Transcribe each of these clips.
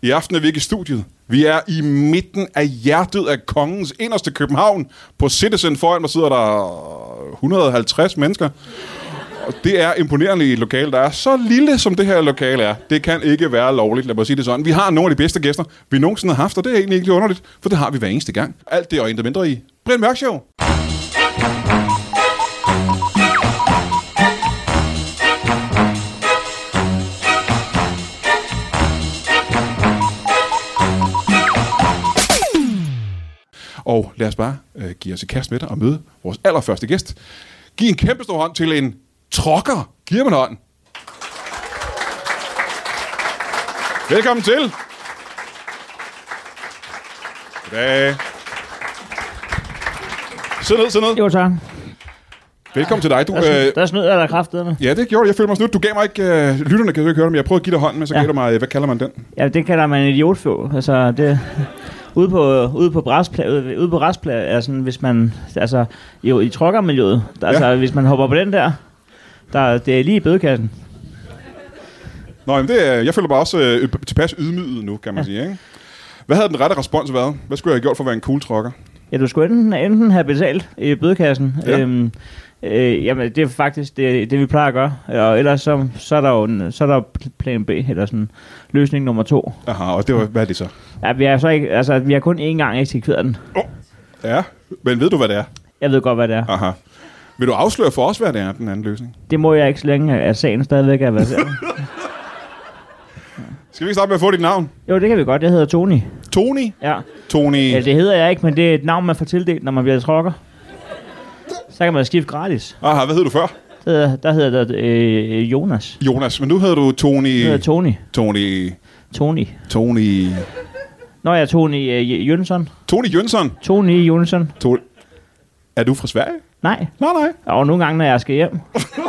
I aften er vi ikke i studiet. Vi er i midten af hjertet af kongens inderste København. På Citizen foran mig sidder der 150 mennesker. Og det er imponerende i et lokale, der er så lille, som det her lokale er. Det kan ikke være lovligt, lad mig sige det sådan. Vi har nogle af de bedste gæster, vi nogensinde har haft, og det er egentlig ikke underligt, for det har vi hver eneste gang. Alt det og intet mindre i Brian Mørk Show. Og lad os bare give os i kast med dig og møde vores allerførste gæst. Giv en kæmpe stor hånd til en trokker. Giv ham en hånd. Velkommen til. Goddag. Sid ned. Jo, tak. Velkommen til dig. Du, der snød jeg da kraftedeme. Ja, det gjorde jeg. Jeg følte mig snudt. Du gav mig ikke... lytterne kan jo ikke høre det, men jeg prøvede at give dig hånden, men så gav du mig... Hvad kalder man den? Ja, det kalder man en idiotfå. Altså, det... Ude på restpladsen, altså hvis man, altså jo i trokkermiljøet, altså hvis man hopper på den der det er lige i bødekassen. Nå, men jeg føler mig også tilpas ydmyget nu, kan man sige, ikke? Hvad havde den rette respons været? Hvad skulle jeg have gjort for at være en cool trokker? Ja, du skulle enten have betalt i bødekassen. Ja. Jamen, det er faktisk det vi plejer at gøre. Og ellers så er der plan B, eller sådan løsning nummer 2. Aha, og det var, hvad er det så? Ja, vi har kun én gang eksekveret den. Ja, men ved du, hvad det er? Jeg ved godt, hvad det er. Aha. Vil du afsløre for os, hvad det er, den anden løsning? Det må jeg ikke, så længe at sagen stadigvæk er baseret. Skal vi ikke starte med at få dit navn? Jo, det kan vi godt. Jeg hedder Tony. Tony? Ja. Tony? Ja, det hedder jeg ikke, men det er et navn, man får tildelt, når man bliver trokker. Så kan man skifte gratis. Aha, hvad hed du før? Der hedder det Jonas. Jonas, men nu hedder du Tony... Jeg hedder Tony. Tony. Nå, jeg er Tony Jønsson. Tony Jønsson? Tony Jønsson. Er du fra Sverige? Nej. Nej. Og nogle gange, når jeg skal hjem.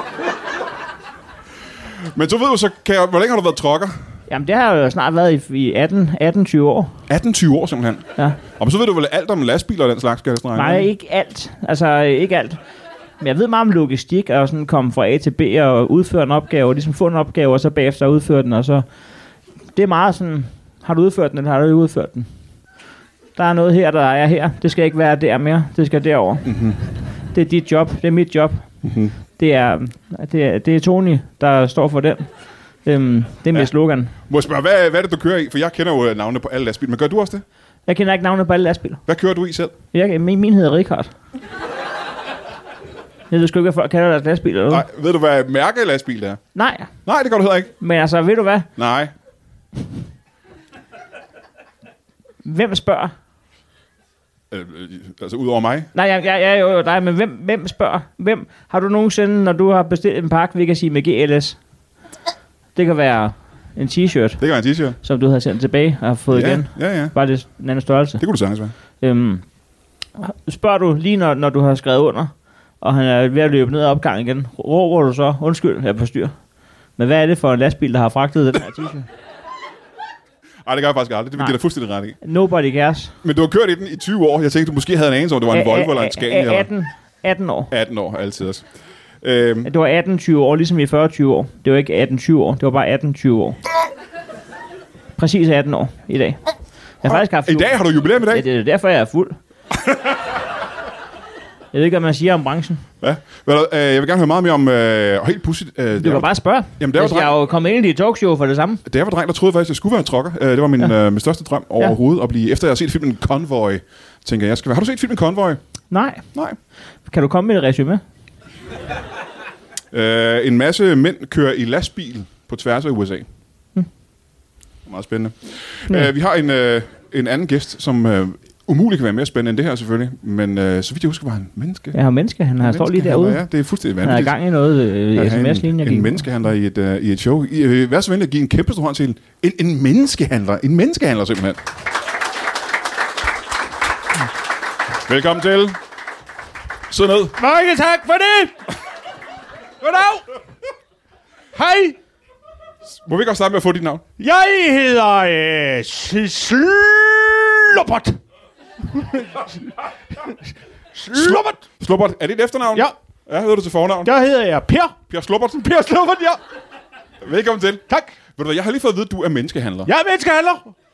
Men så ved du så, hvor længe har du været trokker? Jamen, det har jo snart været i 18-20 år. 18-20 år simpelthen? Ja. Og så ved du vel alt om lastbiler og den slags, skal jeg strege? Nej, ikke alt. Altså, ikke alt. Men jeg ved meget om logistik, og sådan komme fra A til B og udføre en opgave, og ligesom få en opgave, og så bagefter udføre den, og så... Det er meget sådan, har du udført den, eller har du ikke udført den? Der er noget her, der er her. Det skal ikke være der mere. Det skal derover. Mm-hmm. Det er dit job. Det er mit job. Mm-hmm. Det er Tony, der står for den. Det er mit slogan. Må jeg spørge, hvad er det, du kører i? For jeg kender jo navnene på alle lastbiler. Men gør du også det? Jeg kender ikke navnene på alle lastbiler. Hvad kører du i selv? Min hedder Richard. Jeg ved sgu ikke, hvad folk kalder deres lastbiler. Eller? Nej, ved du, hvad mærke lastbil er? Nej. Nej, det gør du heller ikke. Men altså, ved du hvad? Nej. Hvem spørger? Altså, ud over mig? Nej, jeg er jo dig, men hvem spørger? Hvem har du nogensinde, når du har bestilt en pakke, vi kan sige med GLS? Det kan være en t-shirt. Det kan være en t-shirt. Som du har sendt tilbage og har fået igen. Ja. Bare det en anden størrelse. Det kunne du sagtens være. Spørger du lige, når du har skrevet under, og han er ved at løbe ned ad opgangen igen, råber du så, undskyld, jeg er på styr. Men hvad er det for en lastbil, der har fragtet den her t-shirt? Nej, det gør jeg faktisk aldrig. Det vil give dig fuldstændig ret i. Nobody cares. Men du har kørt i den i 20 år. Jeg tænkte, du måske havde en anelse om, det var en Volvo eller en Scania. 18 år. 18 år, altid også. Det var 18-20 år, ligesom i 40-20 år. Det var ikke 18-20 år, det var bare 18-20 år. Præcis 18 år i dag. Jeg har faktisk haft I dag har du jubilæum i dag? Ja, det er derfor, jeg er fuld. Jeg ved ikke, hvad man siger om branchen. Ja. Jeg vil gerne høre meget mere om... helt pudsigt... Du kan bare spørge. Jamen, jeg er jo kommet ind i et talkshow for det samme. Da jeg var dreng, der troede jeg faktisk, jeg skulle være en trokker. Det var min største drøm overhovedet. At blive, efter jeg har set filmen Convoy, tænker jeg skal være... Har du set filmen Convoy? Nej. Kan du komme med et resume? En masse mænd kører i lastbil på tværs af USA. Meget spændende. Vi har en anden gæst, som... umuligt kan være mere spændende end det her, selvfølgelig. Men så vidt jeg husker, var han menneske. Ja, menneske. Han står lige derude. Ja, det er fuldstændig vanvittigt. Han er i gang i noget sms-linje. En menneskehandler i et show. Vær så venlig at give en kæmpe stor hånd til en menneskehandler. En menneskehandler, simpelthen. Velkommen til. Sid ned. Mange tak for det. Goddag. Hej. Må vi ikke også starte med at få dit navn? Jeg hedder Slubbert. Slubbert. Er det et efternavn? Ja. Ja, hedder du til fornavn? Der hedder jeg Per. Per Slubbert. Per Slubbert, ja. Velkommen til. Tak. Ved du hvad, jeg har lige fået at vide, at du er menneskehandler. Jeg er menneskehandler.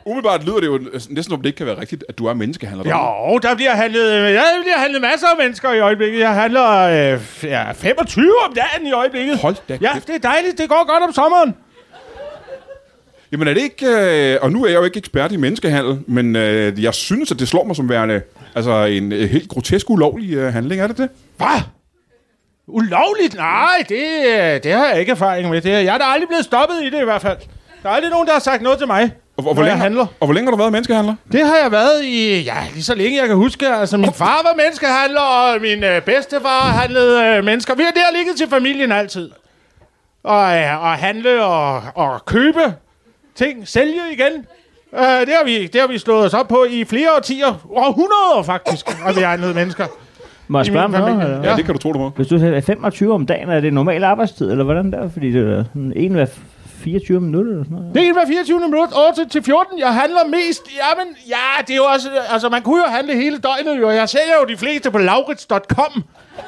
Umiddelbart lyder det jo næsten, som det ikke kan være rigtigt, at du er menneskehandler. Jo, der bliver handlet masser af mennesker i øjeblikket. Jeg handler 25 om dagen i øjeblikket. Hold da Ja, kæft. det er dejligt. Det går godt om sommeren. Jamen er det ikke... og nu er jeg jo ikke ekspert i menneskehandel, men jeg synes, at det slår mig som værende en helt grotesk ulovlig handling. Er det det? Hvad? Ulovligt? Nej, det har jeg ikke erfaring med. Jeg er da aldrig blevet stoppet i det i hvert fald. Der er aldrig nogen, der har sagt noget til mig, hvor jeg handler. Og hvor længe har du været menneskehandler? Det har jeg været i, lige så længe jeg kan huske. Altså, min far var menneskehandler, og min bedstefar handlede mennesker. Det har ligget til familien altid. Og handle og købe ting, sælge igen. Det har vi slået os op på i flere årtier. Århundreder faktisk, har vi handlet mennesker. Må jeg spørge om noget? Ja, det kan du tro, du må. Hvis du siger 25 om dagen, er det normal arbejdstid, eller hvordan der? Fordi det er sådan en hver 24 minutter eller sådan noget. Det er en hver 24 minutter, 8 til 14. Jeg handler mest... Jamen, ja, det er jo også... Altså, man kunne jo handle hele døgnet, jo. Jeg sælger jo de fleste på laurits.com,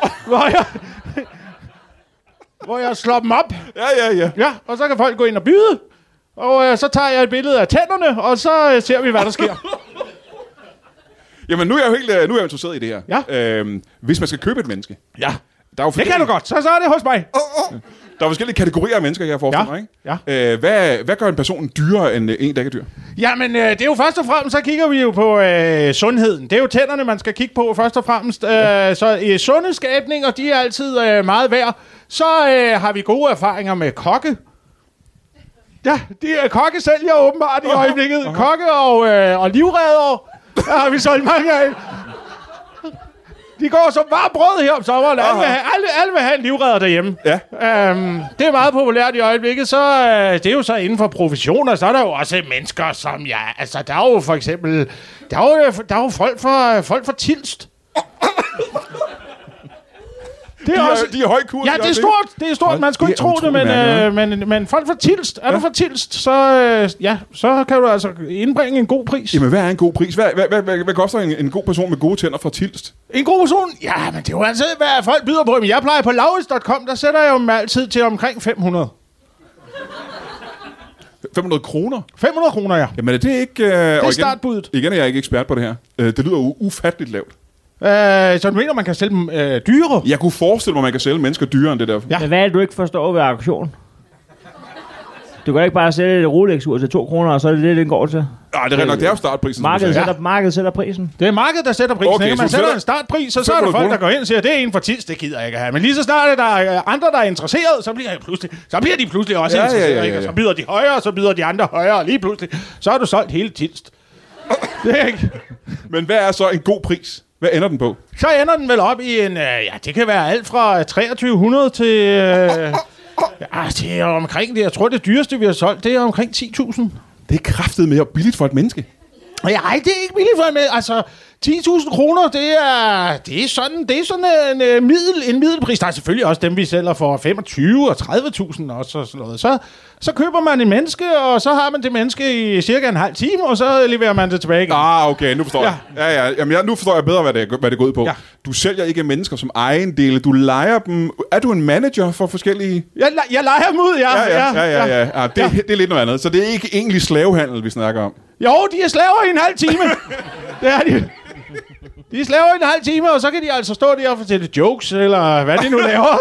hvor jeg slår dem op. Ja. Ja, og så kan folk gå ind og byde. Og så tager jeg et billede af tænderne, og så ser vi, hvad der sker. Jamen, nu er jeg jo interesseret i det her. Ja. Hvis man skal købe et menneske. Ja. Der er jo Det kan du godt. Så er det hos mig. Der er forskellige kategorier af mennesker, jeg forestiller mig, ikke? Ja. Hvad gør en person dyrere end en, der ikke er dyr? Jamen, det er jo først og fremmest, så kigger vi jo på sundheden. Det er jo tænderne, man skal kigge på først og fremmest. Så sunde skabninger, de er altid meget værd. Så har vi gode erfaringer med kokke. Ja, kokke sælger åbenbart i øjeblikket. Kokke og livreddere, der har vi solgt mange af. De går som bare brød her om sommeren. Alle vil have en livredder derhjemme. Ja. Det er meget populært i øjeblikket. Så det er jo så inden for professioner, så er der jo også mennesker, som der er jo for eksempel... Der er jo folk fra Tilst. De er højkurs. Ja, det er stort. Man skulle ikke tro det, men folk fra Tilst. Er du fra Tilst, så kan du altså indbringe en god pris. Jamen, hvad er en god pris? Hvad koster en god person med gode tænder fra Tilst? En god person? Ja, men det er jo altid, hvad folk byder på. Men jeg plejer på laurits.com, der sætter jeg jo altid til omkring 500. 500 kroner? 500 kroner, ja. Jamen, er det ikke... Det er startbuddet. Igen er jeg ikke ekspert på det her. Det lyder jo ufatteligt lavt. Så du mener, man kan sælge dem dyrere? Jeg kunne forestille mig, at man kan sælge mennesker dyrere end det der. Ja. Men hvad er det, du ikke forstår ved auktion? Du kan ikke bare sælge et Rolex-ur til 2 kroner, og så er det den går til. Nej, det er nok, det er jo startprisen. Markedet sætter prisen. Det er markedet, der sætter prisen. Okay, man sætter en startpris, så er der folk, der går ind og siger, det er en for Tilst, det gider jeg ikke have. Men lige så snart er der andre, der er interesseret, så bliver de pludselig også interesseret. Ja. Så byder de højere, så byder de andre højere, og lige pludselig, så har du solgt hele Tilst. Det er ikke... Men hvad er så en god pris? Hvad ender den på? Så ender den vel op i en... det kan være alt fra 2300 til... det er omkring det. Jeg tror, det dyreste, vi har solgt, det er omkring 10.000. Det er kraftedeme mere billigt for et menneske. Nej, det er ikke billigt for et menneske. Altså, 10.000 kroner, det er sådan en middelpris. Der er selvfølgelig også dem, vi sælger for 25 og 30.000 og sådan noget. Så køber man et menneske, og så har man det menneske i cirka en halv time, og så leverer man det tilbage igen. Okay, nu forstår jeg. Ja. Jamen, nu forstår jeg bedre, hvad det går ud på. Ja. Du sælger ikke mennesker som ejendele, du lejer dem. Er du en manager for forskellige... Jeg lejer dem ud, ja. Det er lidt noget andet. Så det er ikke egentlig slavehandel, vi snakker om. Jo, de er slaver i en halv time. Det er de. De er slaver i en halv time, og så kan de altså stå der og fortælle jokes, eller hvad de nu laver.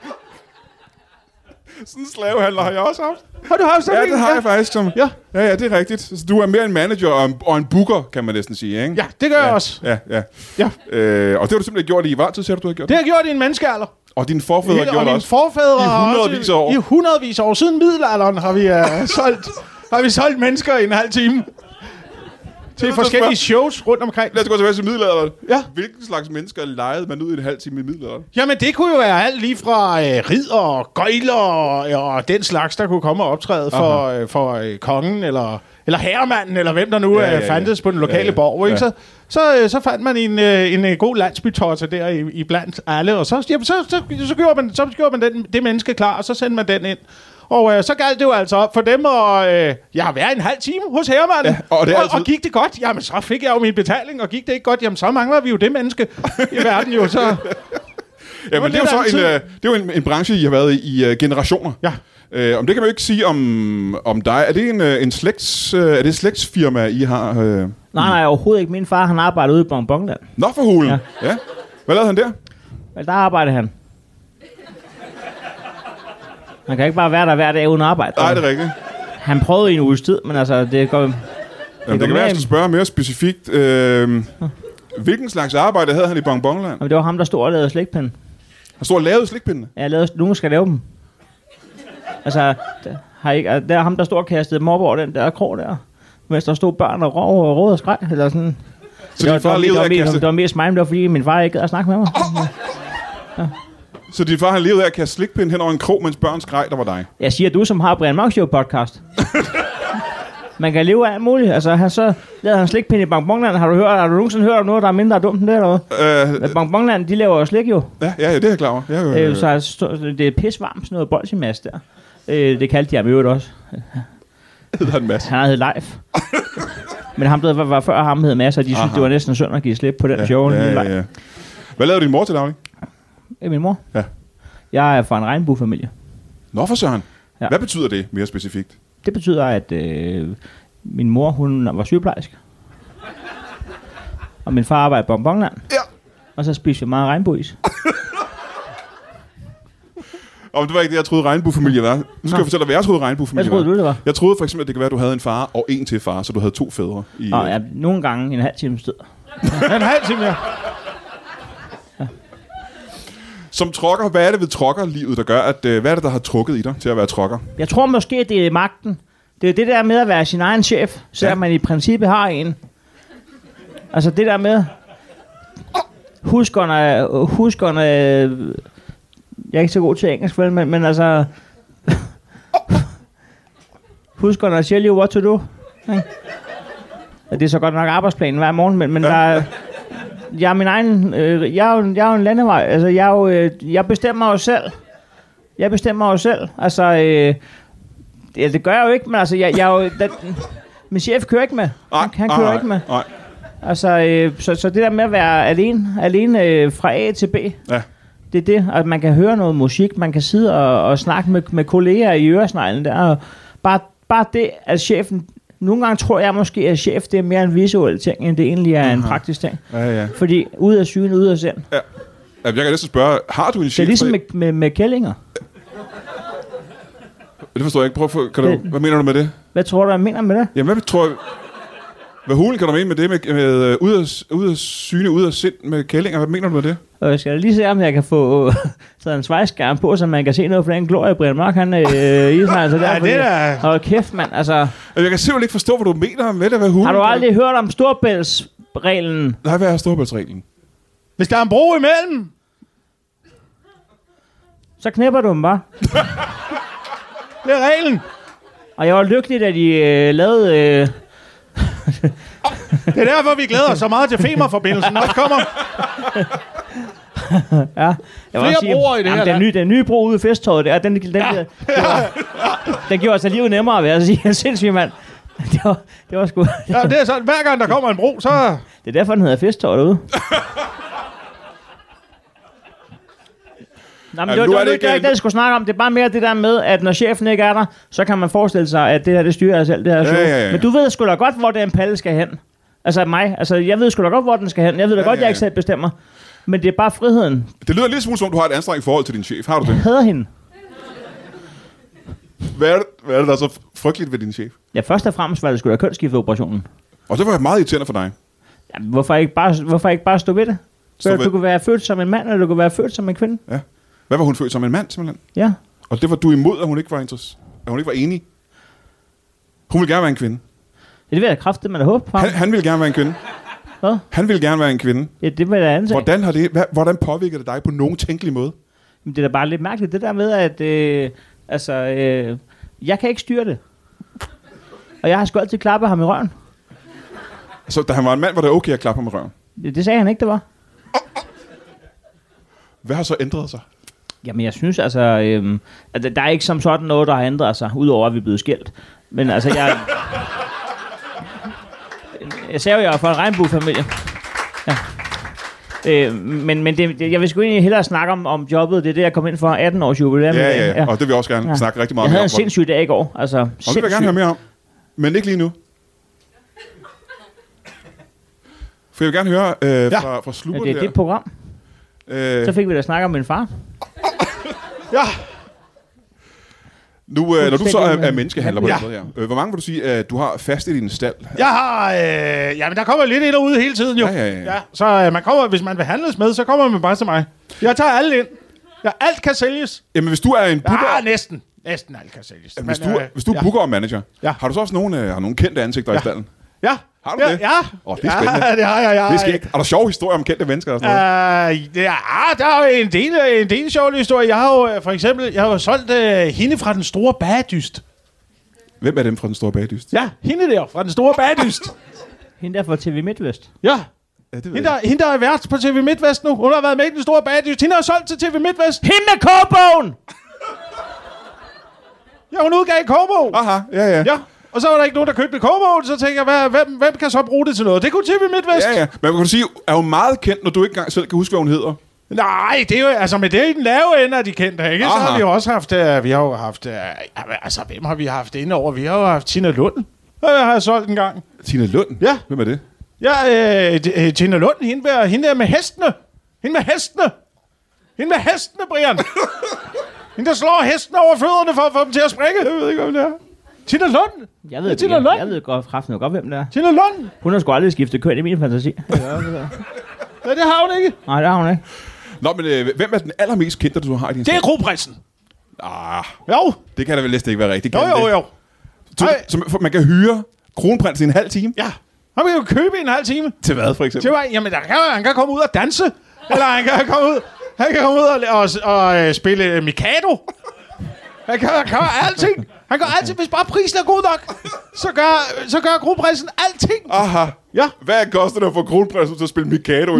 Sådan en slavehandler har jeg også haft. Har du haft sådan en? Ja, det har jeg faktisk. Ja, det er rigtigt. Så du er mere en manager og en booker, kan man næsten sige, ikke? Ja, det gør jeg også. Ja. Og det har du simpelthen gjort i tid, siger du har gjort? Det har jeg gjort i en menneskealder. Og dine forfædre har gjort også? Og mine forfædre i hundredvis af år? I hundredvis af år. Siden middelalderen har vi solgt mennesker i en halv time. Til forskellige shows rundt omkring. Lad os gå tilbage til middelalderen. Ja. Hvilken slags mennesker lejede man ud i en halv time i middelalderen? Jamen, det kunne jo være alt lige fra ridder og gøjler og den slags, der kunne komme og optræde for kongen eller herremanden, eller hvem der nu fandtes på den lokale borg. Ikke? Så fandt man en god landsbytosse der i blandt alle, og så gjorde man det menneske klar, og så sendte man den ind. Og så galt det jo altså op for dem, og jeg har været en halv time hos herremanden, og gik det godt, jamen så fik jeg jo min betaling, og gik det ikke godt, jamen så mangler vi jo det menneske i verden jo, så... Ja, men det er jo så en branche, I har været i generationer. Ja. Om det kan man jo ikke sige om dig. Er det en slægtsfirma, I har? Nej, overhovedet ikke. Min far, han arbejder ude i Bonbonland. Nå for hulen. Ja. Hvad lavede han der? Vel, der arbejder han. Man kan ikke bare være der hver dag uden arbejde. Nej, det er rigtigt. Han prøvede i en uges tid, men altså, det går... Det kan være, at jeg skal spørge mere specifikt. Hvilken slags arbejde havde han i Bonbonland? Det var ham, der stod og lavede slikpinde. Han stod og lavede slikpindene? Ja, nogen skal lave dem. Altså, der er ham, der stod og kastede dem op over den der krog der. Mens der stod børn og råd og skreg. Eller sådan. Så din far levede af at kaste... Det var mest mig, det var fordi min far ikke gad at snakke med mig. Ja. Så din far, han levede af at kaste slikpinde hen over en krog, mens børn skreg, der var dig? Jeg siger, du som har Brian Mørk Show podcast. Man kan leve af alt muligt. Altså, så lavede han slikpinde i Bonbonland. Har du nogensinde hørt om noget, der er mindre dumt end det, eller hvad? Bonbonland, de laver jo slik jo. Ja, det er jeg klar over. Så det er pisvarmt, sådan noget bolsjemas der. Det kaldte de ham i øvrigt også. Han hed Leif. Men ham, der var før ham, hed Mads, og de synes, det var næsten synd at give slip på den show. Ja. Hvad lavede din mor til daglig? Min mor? Ja. Jeg er fra en regnbuefamilie. Nå for søren. Ja. Hvad betyder det mere specifikt? Det betyder, at min mor, hun var sygeplejerske. Og min far arbejder i Bonbonland. Ja. Og så spiser vi meget regnbueis. Og det var ikke det, jeg troede regnbuefamilie var. Nu skal jeg fortælle dig, hvad jeg troede regnbuefamilie var. Hvad troede du, det var? Jeg troede for eksempel, at det kan være, at du havde en far og en til far, så du havde 2 fædre. Ja, nogle gange en halv time tid. En halv time, ja. Som trokker, hvad er det ved trokkerlivet, der gør, at hvad er det, der har trukket i dig til at være trokker? Jeg tror måske, det er magten. Det er det der med at være sin egen chef, selvom man i princippet har en. Altså det der med... Huskerne... Jeg er ikke så god til engelsk, vel, men altså... Huskerne at tell you what to do. Det er så godt nok arbejdsplanen hver morgen, men der er... Jeg er min egen... Jeg er jo en landevej. Altså, jeg bestemmer jo selv. Altså, ja, det gør jeg jo ikke, men altså, jeg er jo... Min chef kører ikke med. Han kører ikke med. Nej. Altså, så det der med at være alene fra A til B, det er det, at man kan høre noget musik, man kan sidde og snakke med kolleger i øresneglen der, og bare det, at chefen... Nogle gange tror jeg måske, at chef det er mere en visuel ting, end det egentlig er en praktisk ting. Ja. Fordi ud af syne, ud af sind. Ja. Jeg kan næsten spørge, har du en chef? Det er ligesom med kællinger. Det forstår jeg ikke. Hvad mener du med det? Hvad tror du, jeg mener med det? Jamen, hvad hulen kan du mene med det med ud af syne, ud af sind med kællinger? Hvad mener du med det? Jeg skal lige se, om jeg kan få sådan en svejskærm på, så man kan se noget for den glorie, Brian Mørk, han i sig. Altså der, det er... Hold kæft, mand. Altså, jeg kan simpelthen ikke forstå, hvad du mener med det. Hvad hulen har du aldrig hørt om Storebæltsreglen? Nej, hvad er Storebæltsreglen? Hvis der er en bro imellem, så knæpper du dem bare. det er reglen. Og jeg var lykkelig, da de lavede... Det er derfor, vi glæder os så meget til Femern-forbindelsen også kommer. Ja, flere broer i det her. Den nye bro ude i Festtøjet, der, den gjorde altså livet nemmere, vil jeg sige. Sindssygt, mand. Det var sgu... Ja, det er sådan, hver gang der kommer en bro, så... Det er derfor, den hedder Festtøjet derude. Nej, men det var ikke det, jeg skulle snakke om. Det er bare mere det der med, at når chefen ikke er der, så kan man forestille sig, at det her, det styrer jeg selv, det her show. Ja. Men du ved sgu da godt, hvor den palle skal hen. Altså mig. Altså, jeg ved sgu da godt, hvor den skal hen. Jeg ved da godt, jeg ikke selv bestemmer. Men det er bare friheden. Det lyder lidt smule som, du har et anstrengt forhold til din chef. Har du det? Jeg hader hende. Hvad er det, der er så frygteligt ved din chef? Ja, først og fremmest var det sgu da kønsskifteoperationen. Og det var meget irriterende for dig. Ja, hvorfor ikke bare stå ved det? Du kunne være født som en mand, eller du kunne være født som en kvinde. Ja. Hvad var hun født som en mand, simpelthen? Ja. Og det var du imod, at hun ikke var interesseret? At hun ikke var enig? Hun ville gerne være en kvinde. Ja, det vil jeg kraftedeme da håbe på. Han ville gerne være en kvinde. Hvad? Han ville gerne være en kvinde. Ja, det vil jeg antage. Hvordan påvirker det dig på nogen tænkelig måde? Men det er da bare lidt mærkeligt, det der med, at jeg kan ikke styre det. Og jeg har sgu altid klappet ham i røven. Så da han var en mand, var det okay at klappe ham i røven? Det sagde han ikke, det var. Hvad har så ændret sig? Jamen, jeg synes altså, at der er ikke som sådan noget, der har ændret sig, udover at vi er blevet skilt. Men altså, jeg sagde jo, jeg var fra en regnbuefamilie. Ja. Men jeg vil sgu egentlig hellere snakke om jobbet. Det er det, jeg kom ind for 18 års jubilæum. Ja, og det vil jeg også gerne snakke rigtig meget om. Jeg havde om. en sindssyg dag i går. Altså, og det vil jeg gerne høre mere om. Men ikke lige nu. For jeg vil gerne høre fra Slubert det er dit program. Så fik vi da snakke om min far. Ja. Nu, når du så er menneskehandler på den måde her, hvor mange vil du sige, at du har fast i din stald? Jeg har... men der kommer lidt ind og ud hele tiden jo. Ja. Så man kommer, hvis man vil handles med, så kommer man bare til mig. Jeg tager alle ind. Alt kan sælges. Jamen, hvis du er en booker... Ja, næsten alt kan sælges. Hvis du er booker og manager, har du så også nogle kendte ansigter i stallen? Ja. Har du det? Ja. Det er spændende. Ja, det har jeg. Det er skægt. Har du sjove historier om kendte mennesker og sådan noget? Der er jo en del sjove historier. Jeg har jo for eksempel solgt hende fra den store bagedyst. Hvem er dem fra den store bagedyst? Ja, hende der fra den store bagedyst. Hende der fra TV MidtVest. Ja. Hende der er vært på TV MidtVest nu. Hun har været med i den store bagedyst. Hende har solgt til TV MidtVest. Hende med kogebogen! Ja, hun udgav en kogebog. Aha, ja. Og så var der ikke nogen, der købte kogebogen, så tænker jeg, hvem kan så bruge det til noget? Det kunne TV MidtVest. Ja. Men kan du sige, er hun meget kendt, når du ikke engang selv kan huske, hvad hun hedder? Nej, det er jo, altså, men det er i den lave ende af de kendte, ikke? Så har vi jo også haft, hvem har vi haft inde over? Vi har jo haft Tina Lund. Det har jeg solgt en gang. Tina Lund? Ja. Hvem er det? Ja, Tina Lund, hende der med hestene. Hende med hestene, Brian. Hende, der slår hestene over fødderne for at få dem til at springe. Jeg ved ikke, om det er. Tina Lund? Jeg ved godt, hvem det er. Tina Lund? Hun har sgu aldrig skiftet køn i min fantasi. Ja, det har hun ikke. Nej, det har hun ikke. Nå, men hvem er den allermest kendte, du har i din Det er kronprinsen. Jo. Det kan da vel næsten ikke være rigtigt. Jo. Så man kan hyre kronprinsen i en halv time? Ja. Han vil jo købe en halv time. Til hvad, for eksempel? Jamen, han kan komme ud og danse. Eller han kan komme ud og spille Mikado. Han kan alting. Han gør altid, hvis bare prisen er god nok, så gør kronprinsen alting. Aha. Ja. Hvad koster det at få kronprinsen til at spille Mikado?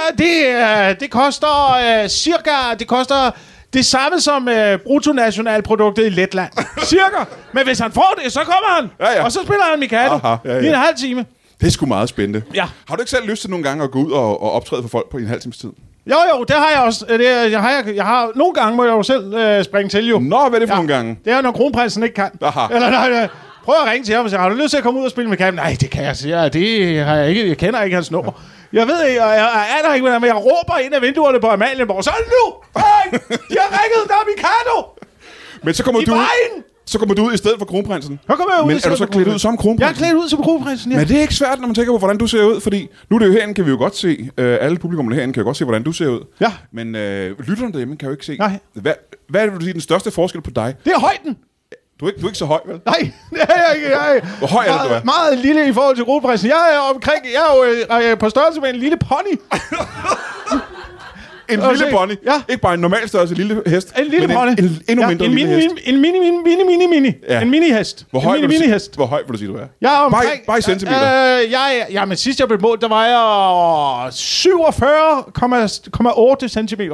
Det koster cirka, det samme som bruttonationalproduktet i Letland. Cirka. Men hvis han får det, så kommer han. Ja. Og så spiller han Mikado i en halv time. Det er sgu meget spændende. Ja. Har du ikke selv lyst til nogle gange at gå ud og optræde for folk på en halv times tid? Jo, det har jeg også. Jeg har nogle gange må jeg jo selv springe til, jo. Nå, hvad er det for nogle gange? Det er, når kronprinsen ikke kan. Aha. Eller nej, prøv at ringe til ham og sige, har du lyst til at komme ud og spille med kampen? Nej, det kan jeg sige. Det har jeg ikke. Jeg kender ikke hans nummer. Jeg ved ikke, jeg aner ikke, men jeg råber ind af vinduerne på Amalienborg. Så nu! Hey! De har ringet, der er Mikado! Men så kommer du ud i stedet for kronprinsen. Så kommer jeg ud. Men er du så klædt ud som kronprinsen? Jeg er klædt ud som kronprinsen, ja. Men det er ikke svært, når man tænker på, hvordan du ser ud, fordi nu er det jo herinde, kan vi jo godt se, alle publikummerne herinde kan jo godt se, hvordan du ser ud. Ja. Men lytterne derhjemme kan jo ikke se. Nej. Hvad er det, du siger, den største forskel på dig? Det er højden. Du er ikke så høj, vel? Nej, det er jeg ikke. Hvor høj er det, du er? Meget lille i forhold til kronprinsen. Jeg er jo på størrelse med en lille pony. En lille pony? Ja. Ikke bare en normal størrelse lille hest? En lille pony. En endnu mindre lille hest? En mini. Ja. En mini-hest. Hvor høj vil du sige, du er? Jeg er omkring... Bare i centimeter? Men sidst jeg blev målt, der var jeg 47,8 centimeter.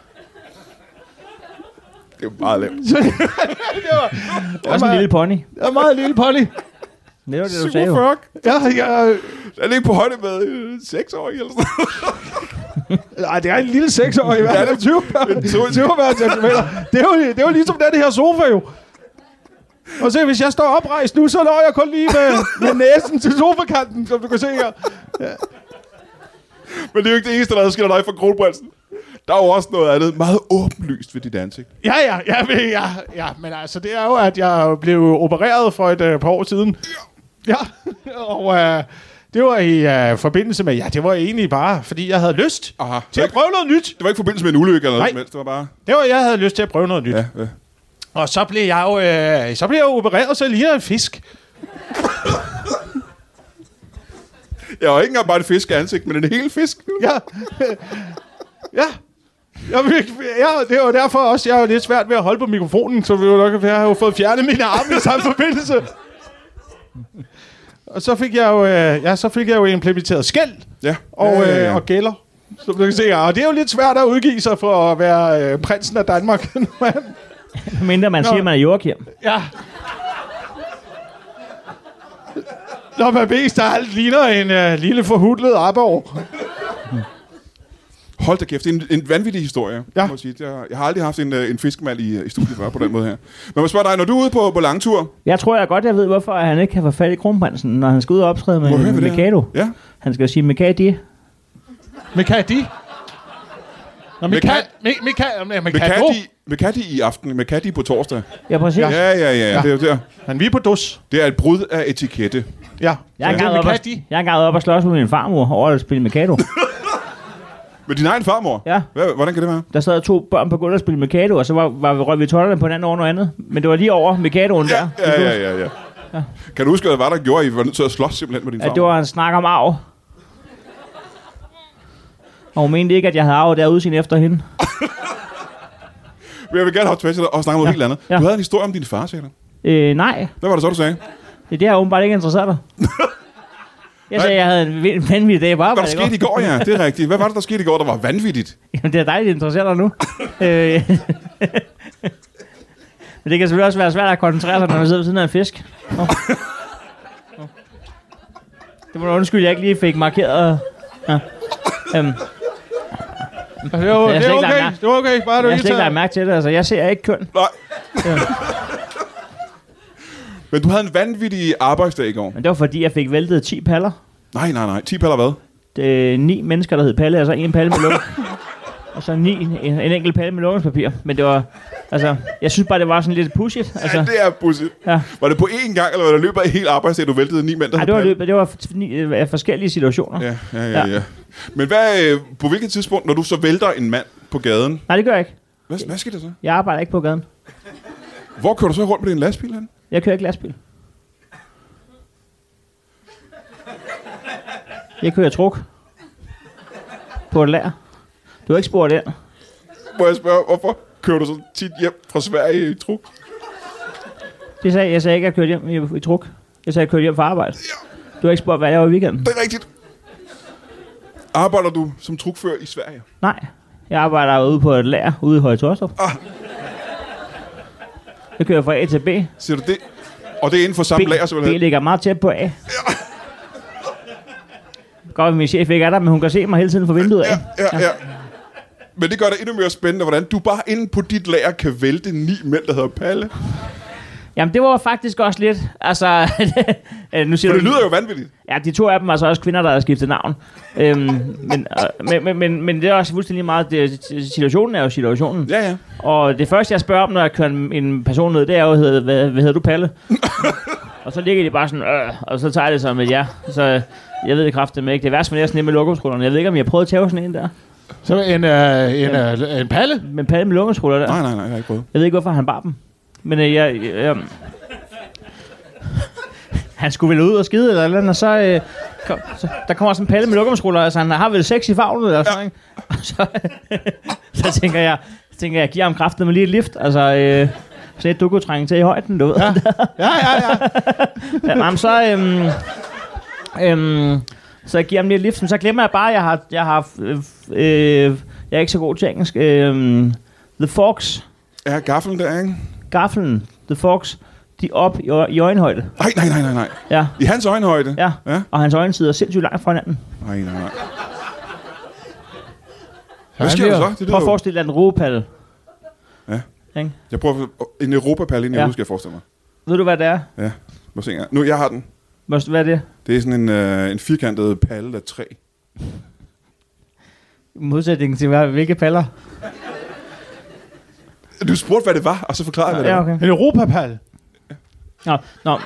Det er jo meget lavt. Det var også en lille pony. Det var meget lille pony. Det var det, du sagde jo. Jeg er ikke på højde med 6 år eller sådan noget. Nej, det er en lille 6-årig. Ja, det er 20 centimeter. Det er jo ligesom den her sofa jo. Og se, hvis jeg står oprejst nu, så når jeg kun lige med næsen til sofakanten, som du kan se her. Ja. Men det er jo ikke det eneste, der adskiller dig fra kronprinsen. Der er jo også noget andet meget åbenlyst ved dit ansigt. Ja, men altså, det er jo, at jeg blev opereret for et par år siden. Ja, og det var i forbindelse med, det var egentlig bare, fordi jeg havde lyst til at prøve noget nyt. Det var ikke i forbindelse med en ulykke eller noget som helst, det var bare... Jeg havde lyst til at prøve noget nyt. Ja. Og så blev jeg jo, opereret, så ligner en fisk. Jeg var ikke engang bare et fisk ansigt, men en hel fisk. Ja. Det var derfor også, jeg var lidt svært ved at holde på mikrofonen, så jeg har jo fået fjernet mine arme i samme forbindelse. Og så fik jeg jo implementeret skæld og gælder, som du kan se. Og det er jo lidt svært at udgive sig for at være prinsen af Danmark. Mindre man siger, man er Joachim. Ja. Når man mest af alt ligner en lille forhudlet aborg. Hold da kæft, det er en vanvittig historie, må jeg sige. Jeg har aldrig haft en fiskemand i studiet før på den måde her. Men jeg spørger dig, når du er ude på langtur... Jeg tror jeg ved, hvorfor han ikke kan få fat i kronprinsen, når han skal ud og optræde med Mikado. Ja. Han skal sige Mikadi. Mikadi? Mikadi i aften, Mikadi på torsdag. Ja, præcis. Ja, det er jo der. Men vi er på dus. Det er et brud af etikette. Ja. Jeg er engang op og slås med min farmor over at spille Mikado. Med din egen farmor? Ja. Hvordan kan det være? Der sad 2 børn på gulvet og spille Mikado, og så røg vi tollerne på hinanden over noget andet. Men det var lige over Mikadoen der. Ja. Kan du huske, hvad der gjorde, I var nødt til at slås simpelthen med din farmor? Det var en snak om arv. Og hun mente ikke, at jeg havde arvet der udseende efter hende. Men jeg vil gerne have tilbage til dig og snakke om noget helt andet. Ja. Du havde en historie om din far, sagde du? Nej. Hvad var det så, du sagde? Det har åbenbart ikke interesseret dig. Jeg sagde, at jeg havde en vanvittig dag på arbejde. Hvad der skete i går, ja. Det er rigtigt. Hvad var det, der skete i går, der var vanvittigt? Jamen, det er dejligt, at interessere dig nu. Men det kan selvfølgelig også være svært at koncentrere sig, når man sidder ved siden af en fisk. Det må du undskylde, jeg ikke lige fik markeret. Ja. Det var okay. Bare du jeg har slet ikke lagt mærke til det. Altså, jeg ser ikke køn. Nej. Ja. Men du havde en vanvittig arbejdsdag i går. Men det var fordi, jeg fik væltet 10 paller. Nej. 10 paller hvad? Det er 9 mennesker, der hed Palle, og så en palle med lukke. Og så en enkelt palle med lukkingspapir. Men det var... Altså, jeg synes bare, det var sådan lidt pudsigt. Altså, ja, det er pudsigt. Ja. Var det på én gang, eller var det løbet af hele arbejdsdagen, du væltede 9 mænd, der det var løbet. Det var forskellige situationer. Ja. Men på hvilket tidspunkt, når du så vælter en mand på gaden? Nej, det gør jeg ikke. Hvad sker der så? Jeg arbejder ikke på gaden. Hvor kører du så rundt med din lastbil hen? Jeg kører ikke lastbil. Jeg kører truk. På et lager. Du har ikke spurgt ind. Må jeg spørge, hvorfor kører du så tit hjem fra Sverige i truk? Jeg sagde ikke, at jeg kørte hjem i truk. Jeg sagde, at jeg kørte hjem fra arbejde. Ja. Du har ikke spurgt, hvad jeg var i weekenden. Det er rigtigt. Arbejder du som trukfører i Sverige? Nej. Jeg arbejder ude på et lager ude i Høje Torstrup. Jeg kører fra A til B. Siger du det? Og det er inden for samme lager, så B ligger meget tæt på A. Ja. Godt, min chef ikke er der, men hun kan se mig hele tiden fra vinduet af. Ja. Men det gør det endnu mere spændende, hvordan du bare inde på dit lager kan vælte 9 mænd, der hedder Palle. Jamen, det var faktisk også lidt... Altså... nu siger for det lyder jo vanvittigt. Ja, de 2 af dem var så også kvinder, der havde skiftet navn. Men det er også fuldstændig meget... Situationen er jo situationen. Ja. Og det første, jeg spørger om, når jeg kører en person ned, det er jo, hvad hedder du, Palle? Og så ligger de bare sådan... og så tager jeg det som et ja. Så jeg ved det kraftedeme ikke. Det er værst med sådan en med lokumsrullerne. Jeg ved ikke, om jeg har prøvet at tage sådan en der. Så en palle? Men palle med lokumsruller der. Nej, jeg har ikke prøvet. Jeg ved ikke, hvorfor han bar dem. Men han skulle vel ud og skide eller andet, og så der kommer sådan en palle med lokumsruller, altså han har vel 6 i favlen eller sådan noget, og så tænker jeg giver ham kraftet med lige et lift, altså så du kunne trænge til i højden, du ved. Ja. Så jeg giver ham lige et lift, men så glemmer jeg bare, at jeg er ikke så god til engelsk. The forks. Ja, gaffelen der, ikke? Gaffelen, the forks, de op i øjenhøjde. Nej. Ja. I hans øjenhøjde? Ja. Og hans øjne sidder sindssygt langt fra hinanden. Nej. Hvad sker der så? Prøv at forestille dig en roepalle. Ja. Ikke? Jeg prøver en europapalle ind i hovedet, skal jeg forestille mig. Ved du, hvad det er? Ja. Må se engang. Nu, jeg har den. Hvad er det? Det er sådan en firkantet palle af træ. I modsætning til hvilke paller? Du spurgte, hvad det var, og så forklarede jeg, hvad det var. Okay. En europapalle. Nå.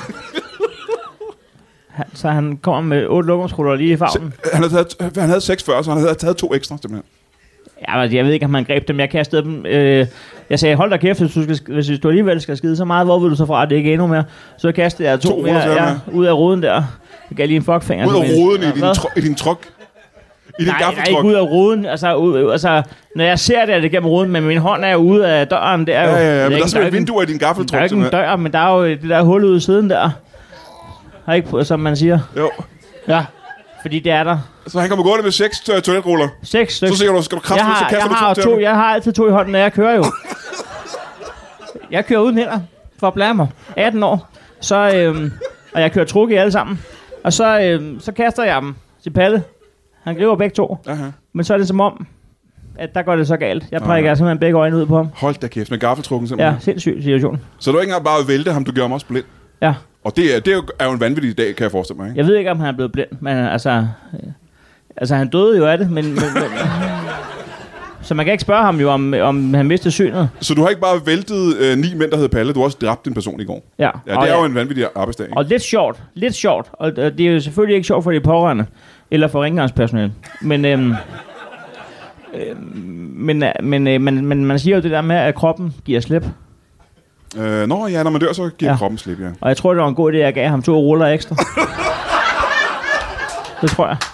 Så han kommer med 8 lokumsruller lige i farven. Han havde 6 før, så han havde taget 2 ekstra, simpelthen. Ja, jeg ved ikke, om han greb dem. Jeg kastede dem. Jeg sagde, hold da kæft, hvis du alligevel skal skide så meget, hvor vil du så fra, at det ikke er endnu mere? Så kastede jeg 2 mere ud af ruden der. Jeg gav lige en fuckfinger. Ud af ruden i din truck? Nej, ikke ud af ruden. Altså, når jeg ser det, er det gennem ruden, men min hånd er ude af døren. Det er jo, ja, men der er sådan et vindue i din gaffeltruck. Der er ikke en dør, men der er jo det der hul ude i siden der. Har ikke, som man siger. Jo. Ja, fordi det er der. Så han kommer gående med 6 toiletruller. 6 stykker. Så siger du, skal du kraftigt, så kaster du 2. Jeg har altid 2 i hånden, når jeg kører jo. Jeg kører uden hænder, for at blære mig. 18 år. Så, og jeg kører truk i alle sammen. Og så kaster jeg dem til Palle. Han griber begge 2. Aha. Men så er det som om, at der går det så galt. Jeg prikker simpelthen begge øjne ud på ham. Hold da kæft, med gaffeltrukken simpelthen. Ja, sindssyg situation. Så du ikke engang bare vælte ham, du gjorde ham også blind? Ja. Og det er jo en vanvittig dag, kan jeg forestille mig, ikke? Jeg ved ikke, om han er blevet blind, men altså han døde jo af det, men så man kan ikke spørge ham jo, om han mistede synet. Så du har ikke bare væltet 9 mænd, der hed Palle, du har også dræbt en person i går? Ja. Ja, det er jo en vanvittig arbejdsdag, ikke? Og lidt sjovt, og det er jo selvfølgelig ikke sjovt for de pårørende, eller for rengøringspersonale, men man siger jo det der med, at kroppen giver slip. Når man dør, så giver kroppen slip, ja. Og jeg tror, det var en god idé, at jeg gav ham 2 ruller ekstra. Det tror jeg.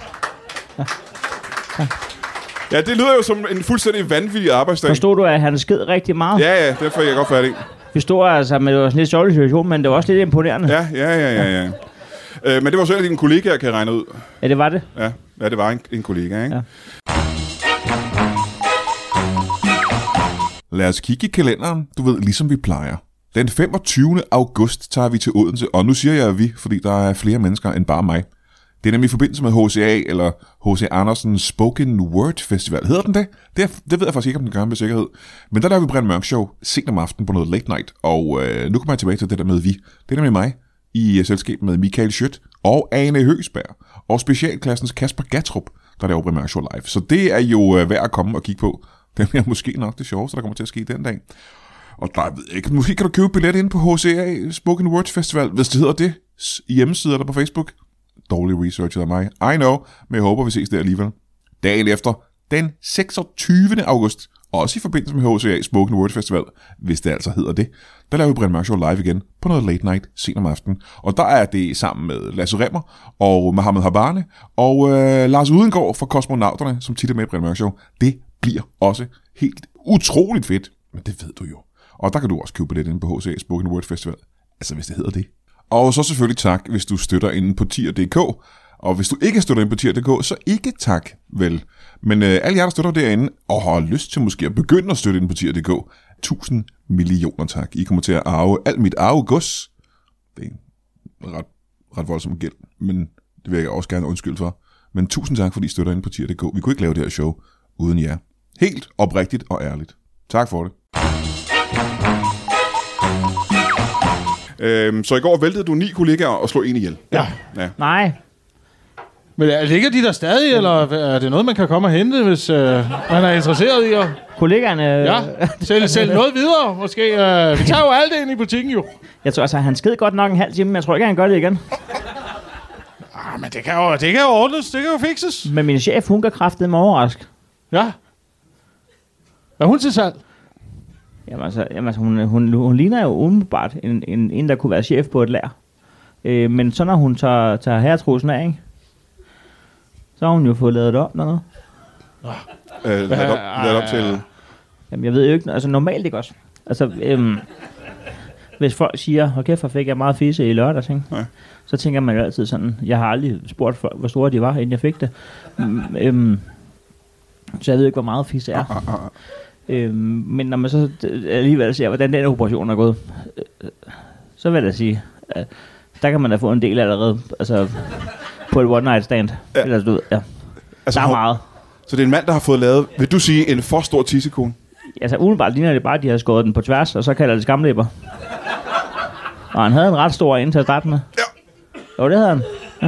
Ja, det lyder jo som en fuldstændig vanvittig arbejdsdag. Forstod du, at han sked rigtig meget? Ja, det får jeg godt fat i. Vi stod altså med sådan lidt sjovt situation, men det var også lidt imponerende. Ja. Men det var så en af dine kollegaer, kan jeg regne ud. Ja, det var det. Ja, det var en kollega, ikke? Ja. Lad os kigge i kalenderen, du ved, ligesom vi plejer. Den 25. august tager vi til Odense, og nu siger jeg vi, fordi der er flere mennesker end bare mig. Det er nemlig i forbindelse med HCA, eller H.C. Andersen Spoken Word Festival. Hedder den det? Det ved jeg faktisk ikke, om den gør med sikkerhed. Men der laver vi Brian Mørk Show sent om aftenen på noget late night, og nu kommer jeg tilbage til det der med vi. Det er nemlig mig i selskab med Michael Schødt og Ane Høgsberg, og specialklassens Kasper Gatrup, der laver Brian Mørk Show live. Så det er jo værd at komme og kigge på. Det er måske nok det sjoveste, der kommer til at ske den dag. Og der ved jeg ikke, måske kan du købe billet inde på HCA Spoken Word Festival, hvis det hedder det, hjemmesider der på Facebook. Dårlig research af mig. I know, men jeg håber, vi ses der alligevel. Dagen efter, den 26. august, også i forbindelse med HCA Spoken Word Festival, hvis det altså hedder det, der laver vi Brian Mørk Show live igen på noget late night sent om aftenen. Og der er det sammen med Lasse Remmer og Mohammed Habane og Lars Udengård fra Kosmonauterne, som tit er med i Brian Mørk Show. Det bliver også helt utroligt fedt, men det ved du jo. Og der kan du også købe billet inde på HCA Spoken Word Festival, altså hvis det hedder det. Og så selvfølgelig tak, hvis du støtter inde på tier.dk. Og hvis du ikke støtter inde på tier.dk, så ikke tak, vel. Men alle jer, der støtter derinde, og har lyst til måske at begynde at støtte inde på tier.dk, 1000 millioner tak. I kommer til at arve alt mit arvegods. Det er en ret voldsom gæld, men det vil jeg også gerne undskylde for. Men 1000 tak, fordi I støtter inde på tier.dk. Vi kunne ikke lave det her show uden jer. Helt oprigtigt og ærligt. Tak for det. Så i går væltede du 9 kollegaer og slog en ihjel. Ja. Nej. Men ligger de der stadig, eller er det noget, man kan komme og hente, hvis man er interesseret i at... Kollegaerne... Ja, sælge noget videre, måske. Vi tager jo alt ind i butikken, jo. Jeg tror altså, han sked godt nok en halv time, men jeg tror ikke, han gør det igen. Men det kan jo ordnes, det kan jo fikses. Men min chef, hun kan kraftedeme overraske. Ja. Er hun til salg? Jamen altså hun ligner jo umiddelbart en, der kunne være chef på et lær. Men så når hun tager herretrusen af, ikke? Så har hun jo fået lavet det op noget. Lavet op til... Jamen jeg ved jo ikke, altså normalt ikke også. Altså, hvis folk siger, okay, for fik jeg meget fisse i lørdags, ikke? Så tænker man jo altid sådan, jeg har aldrig spurgt, hvor store de var, inden jeg fik det. Så jeg ved ikke, hvor meget fisse er. Men når man så alligevel ser, hvordan den operation er gået, så vil jeg sige, at der kan man da få en del allerede, altså på et one night stand. Ja. Eller, du ved, ja. Altså, der er meget. Så det er en mand, der har fået lavet, vil du sige, en for stor tissekone? Altså umiddelbart ligner det bare, at de har skåret den på tværs, og så kalder det skamlæber. Og han havde en ret stor ind til at starte med. Ja. Jo, det havde han. Ja.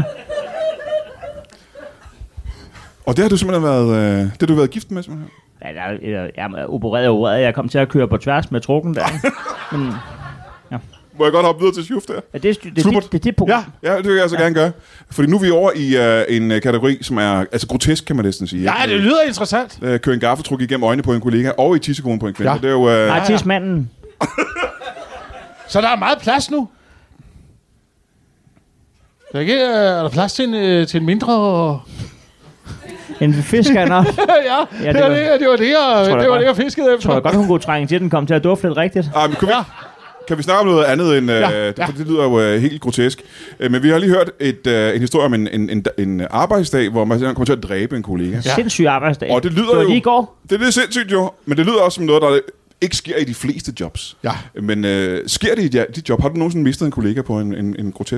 Og det har du simpelthen været, det har du været gift med, simpelthen? Ja, jeg opererede. Jeg kom til at køre på tværs med trukken der. Men, ja. Må jeg godt hoppe videre til Sjuf der? Ja, det program. Ja, det vil jeg altså gerne gøre. Fordi nu er vi over i en kategori, som er altså grotesk, kan man næsten sige. Ja, det lyder interessant. Kører en gaffeltruk igennem øjnene på en kollega, og i tissekonen på en kvinde. Ja. Det er jo... Nej, tissemanden. Så der er meget plads nu. Der er der plads til en mindre... En fisker nok. Ja, det var det, jeg fiskede efter. Tror jeg godt, hun kunne trænge til, den kom til at dufte lidt rigtigt. Kan vi snakke om noget andet end... Det lyder jo helt grotesk. Men vi har lige hørt en historie om en arbejdsdag, hvor man kommer til at dræbe en kollega. Ja. Sindssyg arbejdsdag. Og det lyder det var jo... lige i går. Det er lidt sindssygt jo, men det lyder også som noget, der ikke sker i de fleste jobs. Ja. Men sker det i dit job? Har du nogensinde mistet en kollega på en grotesk måde?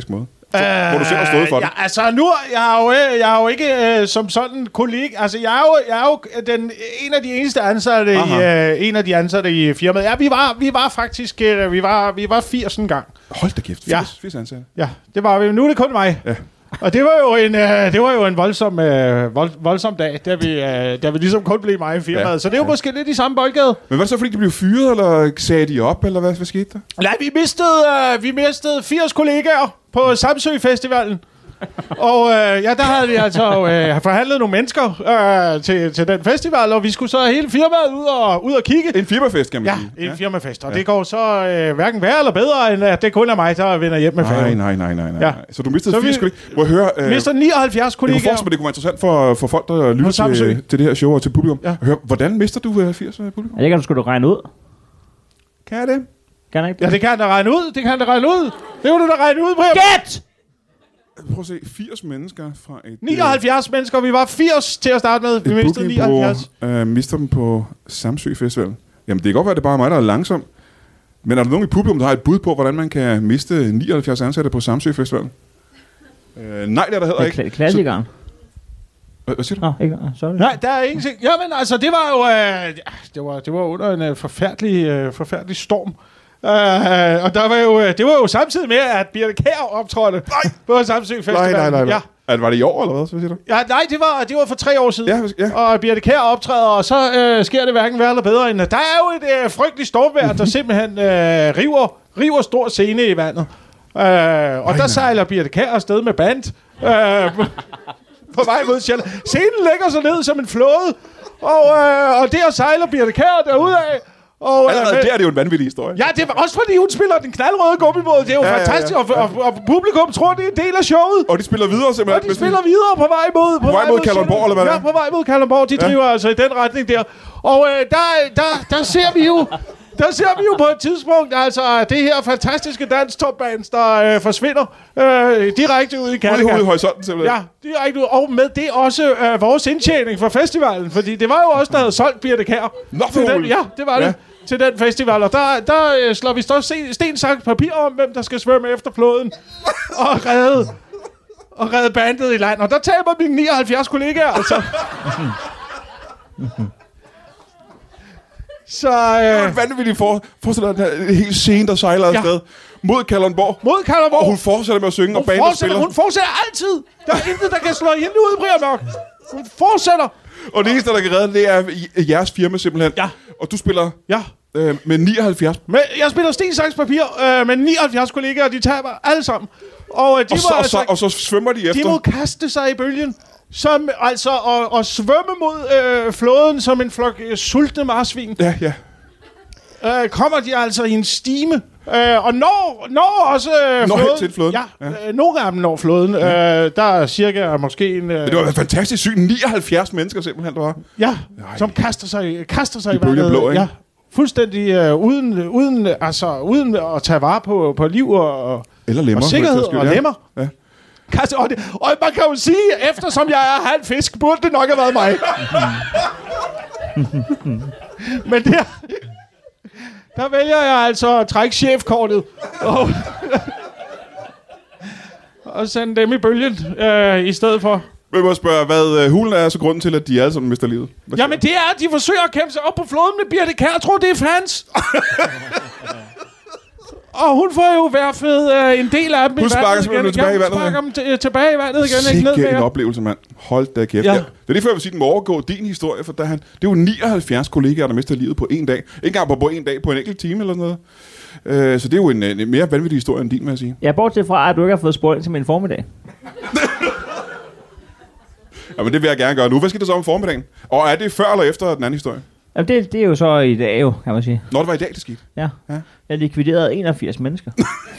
Hvor du selv har stået for det. Ja, altså nu, jeg er jo ikke som sådan kollega. Altså, jeg er jo en af de eneste ansatte i firmaet. Ja, vi var faktisk vi var 80 en gang. Hold da kæft, 80 ansatte. Ja, det var vi. Nu er det kun mig. Ja. Og det var jo en voldsom dag, da vi ligesom kun blev mig i firmaet. Ja. Så det er jo måske lidt i samme boldgade. Men var det så, fordi de blev fyret, eller sagde de op, eller hvad skete der? Nej, vi mistede 80 kollegaer på Samsø Festivalen. Og der havde vi altså forhandlet nogle mennesker til den festival, og vi skulle så hele firmaet ud og kigge. En firmafest, kan man sige. Ja, en firmafest. Og det går så hverken værre eller bedre, end at det kun er mig, der vender hjem med færgen. Nej. Ja. Så du mistede 80 kollegaer. Må jeg høre... mister 79 kollegaer. Jeg kunne det kunne være interessant for folk, der lytter til det her show og til publikum. Ja. Hør, hvordan mister du 80 publikum? Ja, det kan du sgu da regne ud. Kan jeg det? Kan jeg ikke? Ja, det kan han da regne ud. Det kan du da regne ud, Brian. Gæt! Prøv at se, 80 mennesker fra et... 79 mennesker, vi var 80 til at starte med. Vi mistede 79. Mister dem på Samsø Festival. Jamen, det kan godt være, det er bare mig, der er langsom. Men er der nogen i publikum, der har et bud på, hvordan man kan miste 79 ansatte på Samsø Festival? Nej, det er der heller ikke. Det er klassikeren. Hvad siger du? Ikke. Sorry. Nej, der er ingenting. Jamen, altså, det var jo... det var under en forfærdelig storm. Og det var jo samtidig med, at Birthe Kjær optrådte på Samsø Festival. Nej. Ja. Var det i år, eller hvad siger du? Ja, nej, det var for 3 år siden. Ja. Og Birthe Kjær optræder, og så sker det hverken værre eller bedre end... Der er jo et frygteligt stormvejr, der simpelthen river stor scene i vandet. Og der sejler Birthe Kjær afsted med band på vej mod Sjælland. Scenen lægger sig ned som en flåde, og der sejler Birthe Kjær derudad. Og allerede der er det jo en vanvittig historie. Ja, det var også fordi hun spiller den knaldrøde gummibåd. Det er jo fantastisk, og publikum tror, det er en del af showet. Og de spiller videre simpelthen. Og de spiller videre på vej mod Kalundborg, eller hvad det er? Ja, på vej mod Kalundborg. De driver altså i den retning der. Og der ser vi jo... Der ser vi jo på et tidspunkt, altså det her fantastiske danstopbands, der forsvinder direkte ud i Kattegat. Ude i horisonten simpelthen. Ja, direkte ud. Og med det også vores indtjening for festivalen, fordi det var jo også der havde solgt Birthe Kjær. Ja, det var det. Til den festival, og der slår vi så sten, saks, papir om, hvem der skal svømme efter floden og redde bandet i land. Og der taber mine 79 kollegaer, altså. Så det var en vanvittig forestil dig den hele scene, der sejler afsted mod Kalundborg. Og hun fortsætter med at synge, og bandet spiller. Hun fortsætter altid. Der er intet, der kan slå hende ud, Brian Mørk. Hun fortsætter. Og det eneste, der kan redde, det er jeres firma simpelthen. Ja. Og du spiller med 79. Jeg spiller sten, saks, papir med 79 kollegaer, de taber alle sammen. Og så svømmer de efter. De må kaste sig i bølgen. Som altså og svømme mod floden som en flok sultne marsvin. Ja. Kommer de altså i en stime. Og når også floden. Til floden. Ja. Nogle af dem når floden. Der er cirka måske en... det var fantastisk sygt. 79 mennesker simpelthen, der var. Ja, som kaster sig i vandet. Blå, ikke? Ja, fuldstændig uden at tage vare på liv og sikkerhed og lemmer. Ja. Og man kan jo sige, eftersom jeg er halv fisk, burde det nok have været mig. Men der vælger jeg altså at trække chefkortet og sende dem i bølgen i stedet for. Jeg må spørge, hvad hulen er så grunden til, at de alle sammen mister livet? Jamen det er, at de forsøger at kæmpe sig op på floden med Birthe Kjær. Jeg tror, det er fans. Og hun får jo værfet en del af dem hun sparker simpelthen tilbage i vandet. Hun sparker dem tilbage i vandet igen. Sikke en oplevelse, mand. Hold da kæft. Ja. Det er lige før, jeg vil sige, den må overgå din historie, for det er jo 79 kollegaer, der mister livet på en dag. Ikke engang på en dag, på en enkelt time eller noget. Så det er jo en mere vanvittig historie end din, vil jeg sige. Ja, bortset fra, at du ikke har fået spoiling til min formiddag. Jamen, det vil jeg gerne gøre nu. Hvad skal det så om formiddagen? Og er det før eller efter den anden historie? Jamen, det er jo så i dag, jo, kan man sige. Når det var i dag, det skete? Ja. Jeg likviderede 81 mennesker.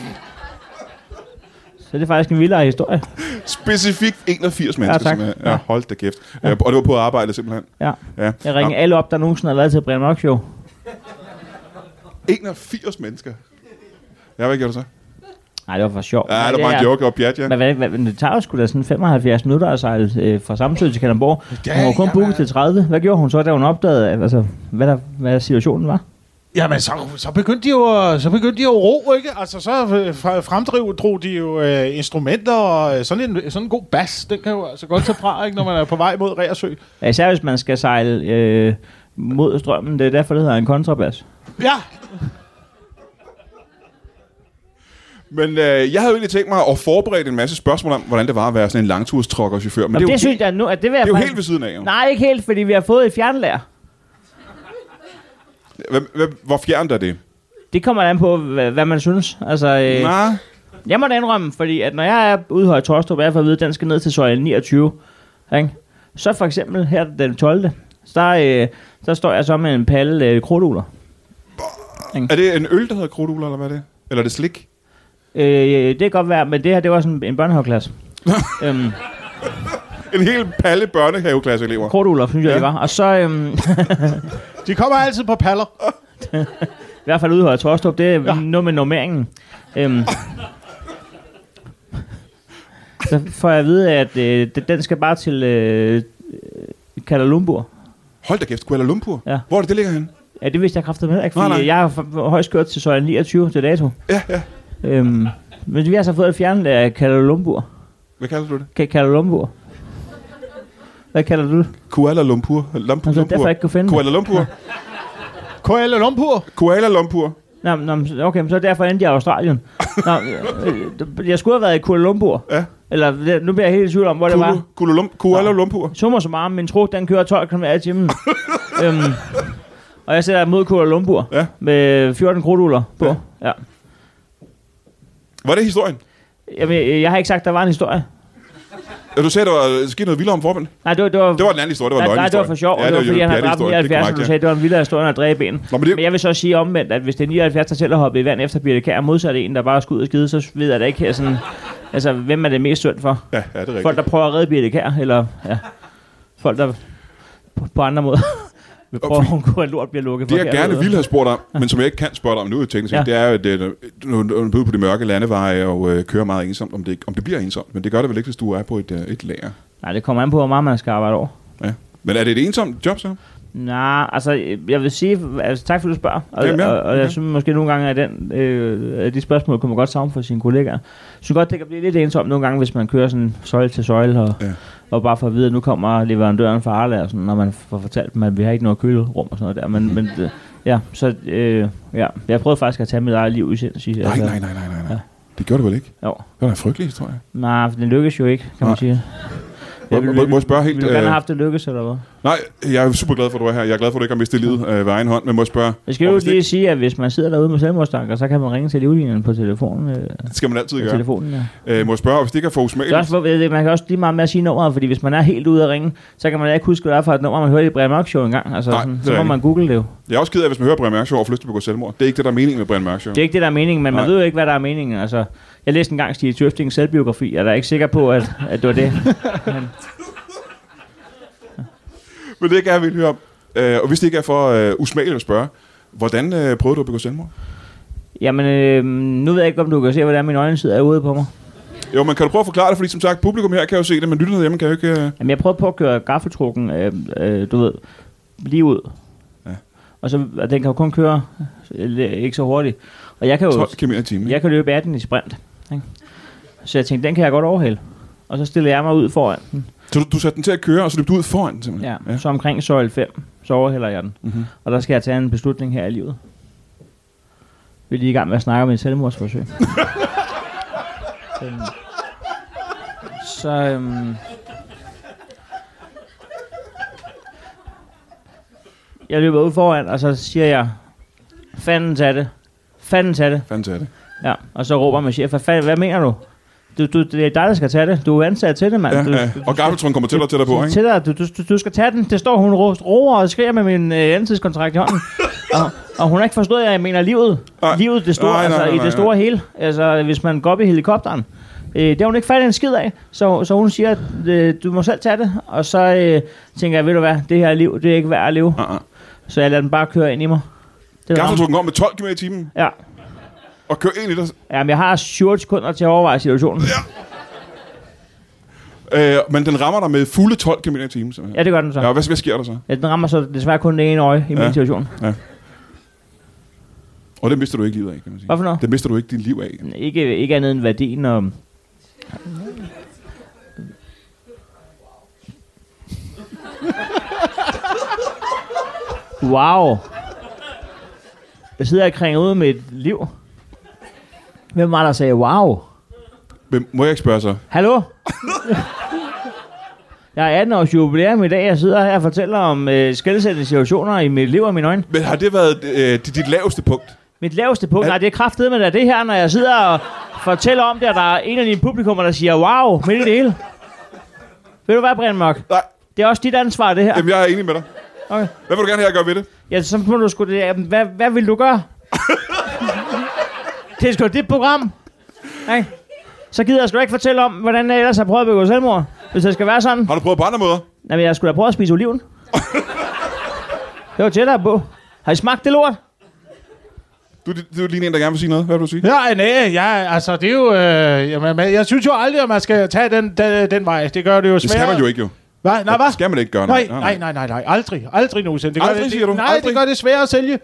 Så det er faktisk en vildere historie. Specifikt 81 mennesker, som er hold da kæft. Ja. Og det var på arbejde, simpelthen. Ja. Jeg ringer alle op, der nogensinde har været til Brian Mørk Show. 81 mennesker? Ja, hvad gjorde du så? Nej, det var for sjov. Ja, det var en joke og pjat, ja. Men det tager jo sgu da sådan 75 minutter at sejle fra Samsø til Kalundborg. Hun var kun booket til 30. Hvad gjorde hun så, da hun opdagede, altså, hvad situationen var? Jamen, så begyndte de jo at ro, ikke? Altså, så fremdrog de jo instrumenter, og sådan en god bas, den kan jo altså godt tage fra, ikke, når man er på vej mod Reersø. Ja, især hvis man skal sejle mod strømmen, det er derfor, det hedder en kontrabas. Ja! Men jeg havde jo egentlig tænkt mig at forberede en masse spørgsmål om, hvordan det var at være sådan en langturstrucker-chauffør. Men det synes jeg nu, at det vil jeg det er jo helt ved siden af, jo. Nej, ikke helt, fordi vi har fået et fjernlærer. Hvor fjernt er det? Det kommer an på, hvad man synes. Altså, jeg må da indrømme, fordi at når jeg er ude i Høje Torstrup, jeg får at vide, at den skal ned til søjle 29. Ikke? Så for eksempel her den 12. Der står jeg så med en palle krudtugler. Er det en øl, der hedder krudtugler, eller hvad er det? Eller er det slik? Det kan godt være, men det her, det var sådan en børnehaveklasse. En hel palle børnehaveklasse-elever. Krudtugler, synes jeg, det var. Og så... De kommer altid på paller. I hvert fald ude i Høje Torstrup, det er noget med normeringen. Så får jeg at vide, at den skal bare til Kuala Lumpur. Hold da kæft, Kuala Lumpur? Ja. Hvor er det ligger henne? Ja, det vidste jeg kraftedeme heller ikke, fordi nej. jeg har højst kørt til søjle 29 til dato. Ja. Men vi har så fået et fjernlæg af Kuala Lumpur. Hvad kalder du det? Kuala Lumpur. Hvad kalder du det? Kuala Lumpur. Altså, derfor jeg ikke kunne finde Kuala Lumpur. Kuala Lumpur? Kuala Lumpur. Nå, okay, men så derfor endte jeg i Australien. Jeg skulle have været i Kuala Lumpur. Ja. Eller, nu bliver jeg helt i tvivl om, hvor det var. Kuala Lumpur. Summa summarum, min truk, den kører 12 km i timen. Og jeg sætter mod Kuala Lumpur med 14 krudtugler på. Ja. Var det historien? Jamen, jeg har ikke sagt, der var en historie. Ja, du sagde, der var sket noget vildere om forbind. Nej, det var den anden historie, det var en nej, det var for sjov. Ja, det var fordi, han havde dræbt 79, og du sagde, det var en vildere historie, at dræbe ben. Men jeg vil så sige omvendt, at hvis det er 79, der selv har hoppet i vand efter Birte Kjær, modsat en, der bare skulle ud og skide, så ved jeg da ikke her sådan... Altså, hvem er det mest synd for? Ja, det er rigtigt. Folk, der prøver at redde Birte Kjær, eller folk, der på andre måder... Vi prøver at undgå, at lort bliver lukket. Det jeg gerne ville have spurgt om, men som jeg ikke kan spørge om nu, teknisk set, det er jo, at du er ude på de mørke landeveje og kører meget ensomt, om det bliver ensomt. Men det gør det vel ikke, hvis du er på et lager? Nej, det kommer an på, hvor meget man skal arbejde over. Ja. Men er det et ensomt job, så? Nej, altså, jeg vil sige, altså, tak for, du spørger. Og jeg synes måske nogle gange, at de spørgsmål kunne man godt savne for sine kollegaer. Jeg synes godt, det kan blive lidt ensomt nogle gange, hvis man kører sådan søjle til søjle, og bare for at vide, at nu kommer leverandøren fra Arla, og sådan, når man får fortalt dem, at vi har ikke noget kølerum og sådan noget der. Men jeg prøvede faktisk at tage mit eget liv i sind. Nej. Ja. Det gjorde du vel ikke? Jo. Det var en frygtelig historie. Nej, for det lykkedes jo ikke, kan man sige. Må jeg spørge helt... Vil du gerne have haft det lykkes, eller hvad? Nej, jeg er super glad for, at du er her. Jeg er glad for, at du ikke har mistet livet ved egen hånd, men må jeg spørge... Jeg skal jo lige sige, at hvis man sidder derude med selvmordstanker, så kan man ringe til livlinjen på telefonen. Det skal man altid gøre. Telefonen, må jeg spørge, hvis det ikke er for usmageligt... Man kan også lige meget med at sige nummeret, fordi hvis man er helt ude at ringe, så kan man ikke huske, hvad det er for et nummer, man hørte i Brian Mørk Show engang. Altså, nej, så må man google det jo. Jeg er også ked af, hvis man hører Brian Mørk Show og får lyst til at begå selvmord. Det er ikke det, der er meningen med Brian Mørk Show. Det er ikke det, der er meningen, men man ved jo ikke, hvad der er meningen. Altså, jeg læste engang Stig Tøftings selvbiografi, og jeg er ikke sikker på, at det var det. Men det kan jeg ville høre om. Og hvis det ikke er for usmageligt at spørge, hvordan prøvede du at begå selvmord? Jamen, nu ved jeg ikke, om du kan se, hvordan mine øjne sidder ude på mig. Jo, men kan du prøve at forklare det, fordi som sagt, publikum her kan jo se det, men lytterne hjemme kan jo ikke... Jamen, jeg prøvede på at køre gaffeltrukken, du ved, lige ud. Ja. Og den kan jo kun køre ikke så hurtigt. Og jeg kan jo... 12 km i timen. Jeg kan løbe 18 i sprint. Ikke? Så jeg tænkte, den kan jeg godt overhælde. Og så stillede jeg mig ud foran den. Så du satte den til at køre, og så løb du ud foran den simpelthen? Ja, så omkring søjle 5, så overhælder jeg den. Mm-hmm. Og der skal jeg tage en beslutning her i livet. Vi er lige i gang med at snakke om et selvmordsforsøg. Jeg løber ud foran, og så siger jeg, fanden tag det. Ja, og så råber min chef, hvad mener du? Det er dig, der skal tage det. Du er ansat til det, mand. Og gaffeltrukken kommer til dig på, ikke? Til dig. Du skal tage den. Det står, hun roer og skriger med min ansættelseskontrakt i hånden. og hun har ikke forstået, at jeg mener livet. Livet, det store, nej. I det store hele. Altså, hvis man går op i helikopteren. Det har hun ikke fattet en skid af. Så hun siger, at du må selv tage det. Og så tænker jeg, ved du hvad, det her liv, det er ikke værd at leve. Så jeg lader den bare køre ind i mig. Gaffeltrukken går med 12 km i timen? Ja. Og kør ind i dig? Jamen, jeg har 7 sekunder til at overveje situationen. Ja. Men den rammer dig med fulde 12 km i timen, simpelthen. Ja, det gør den så. Ja, hvad sker der så? Ja, den rammer så desværre kun det ene øje i min situation. Ja. Og det mister du ikke livet af, kan man sige. Hvad for noget? Det mister du ikke dit liv af. Ikke andet end værdien og... Wow. Jeg sidder og krænger ud med et liv. Hvem var der sagde wow? Må jeg ikke spørge så? Hallo? Jeg har 18 års jubilæum i dag. Jeg sidder her og fortæller om skelsættende situationer i mit liv og mine øjne. Men har det været dit laveste punkt? Mit laveste punkt? Nej, det er kraftedeme med det her, når jeg sidder og fortæller om det, og der er en af dine publikummer, der siger wow midt i det hele. Ved du hvad, Brian Mørk? Nej. Det er også dit ansvar, det her. Jamen, jeg er enig med dig. Okay. Hvad vil du gerne have, jeg gør ved det? Ja, så må du sgu det. Hvad vil du gøre? Det er sgu dit program. Okay. Så gider jeg sgu ikke fortælle om, hvordan jeg ellers har prøvet at begå selvmord. Hvis det skal være sådan. Har du prøvet på andre måder? Jamen, jeg skulle da prøve at spise oliven. Det var tættere på. Har I smagt det lort? Du er lige en, der gerne vil sige noget. Hvad vil du sige? Ja, nej, altså det er jo... jeg synes jo aldrig, at man skal tage den vej. Det gør det jo svært. Det skal man jo ikke, jo. Hvad? Nej, hvad? Skal man ikke gøre? Nej. Aldrig nogensinde. Det gør Aldrig, det, siger du? Nej, Aldrig? det gør det svært at sælge.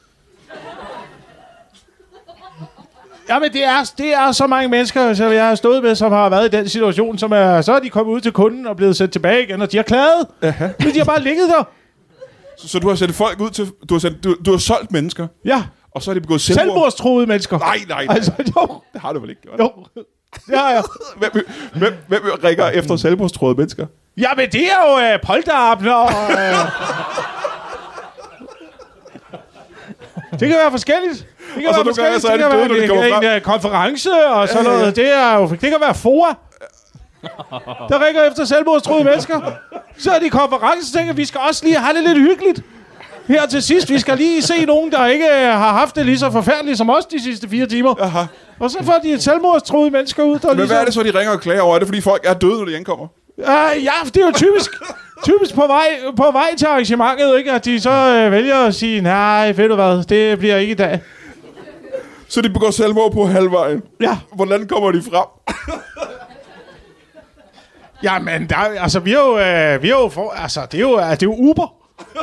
Jamen, det er så mange mennesker, som jeg har stået med, som har været i den situation, så er de kommet ud til kunden og blevet sendt tilbage igen, og de har klaget. Aha. Men de har bare ligget der. Så du har sendt folk ud til... Du har solgt mennesker, Ja. og så har de begået selvmord? Selvmordstruede mennesker. Nej. Altså, jo. Det har du vel ikke gjort? Jo. Det har jeg. Hvem ringer efter selvmordstruede mennesker? Jamen, det er jo polterabner og... Det kan være forskelligt. Det kan Og så være nogle gange, forskelligt. så er det døde, når de kommer frem. En konference og sådan noget. Det kan være FOA. Der ringer efter selvmordstruede mennesker. Så er de konference, så tænker vi skal også lige have det lidt hyggeligt. Her til sidst, vi skal lige se nogen, der ikke har haft det lige så forfærdeligt som os de sidste 4 timer. Aha. Og så får de et selvmordstruede mennesker ud, der Men ligesom... hvad er det så, de ringer og klager over? Er det, fordi folk er døde, når de ankommer? Ja, det er jo typisk på vej til arrangementet, ikke? At de så vælger at sige, nej, ved du hvad, det bliver ikke i dag. Så de begår selvmord på halvvejen? Ja. Hvordan kommer de frem? Jamen, vi har jo for, altså, det er jo Uber.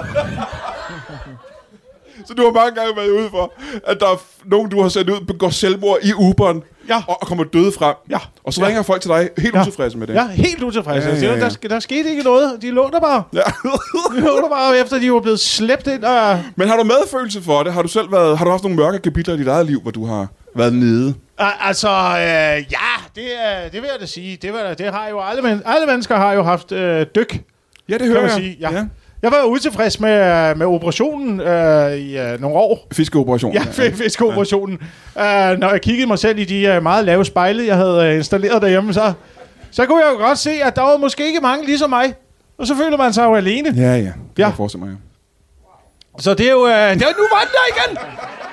Så du har mange gange været ude for, at der er nogen, du har sendt ud, begår selvmord i Uberen, Ja. og kommer døde frem. Ja. Og så ringer folk til dig helt utilfredse med det. Ja, helt utilfredse. Ja. Der skete ikke noget. De lå der bare. Ja. De lå der bare, efter de var blevet slæbt ind. Og... Men har du medfølelse for det? Har du haft nogle mørke kapitler i dit eget liv, hvor du har været nede? Altså, det vil jeg da sige. Det har jo alle mennesker har jo haft dyk. Ja, det Kan hører man jeg. sige. Ja. Jeg var jo utilfreds med operationen i nogle år. Fiskeoperation. Ja, fiskeoperationen. Når jeg kiggede mig selv i de meget lave spejle, jeg havde installeret derhjemme, så kunne jeg jo godt se, at der var måske ikke mange ligesom mig. Og så føler man sig jo alene. Ja. Det kan jeg forestille mig, ja. Så det er jo... nu var den der igen!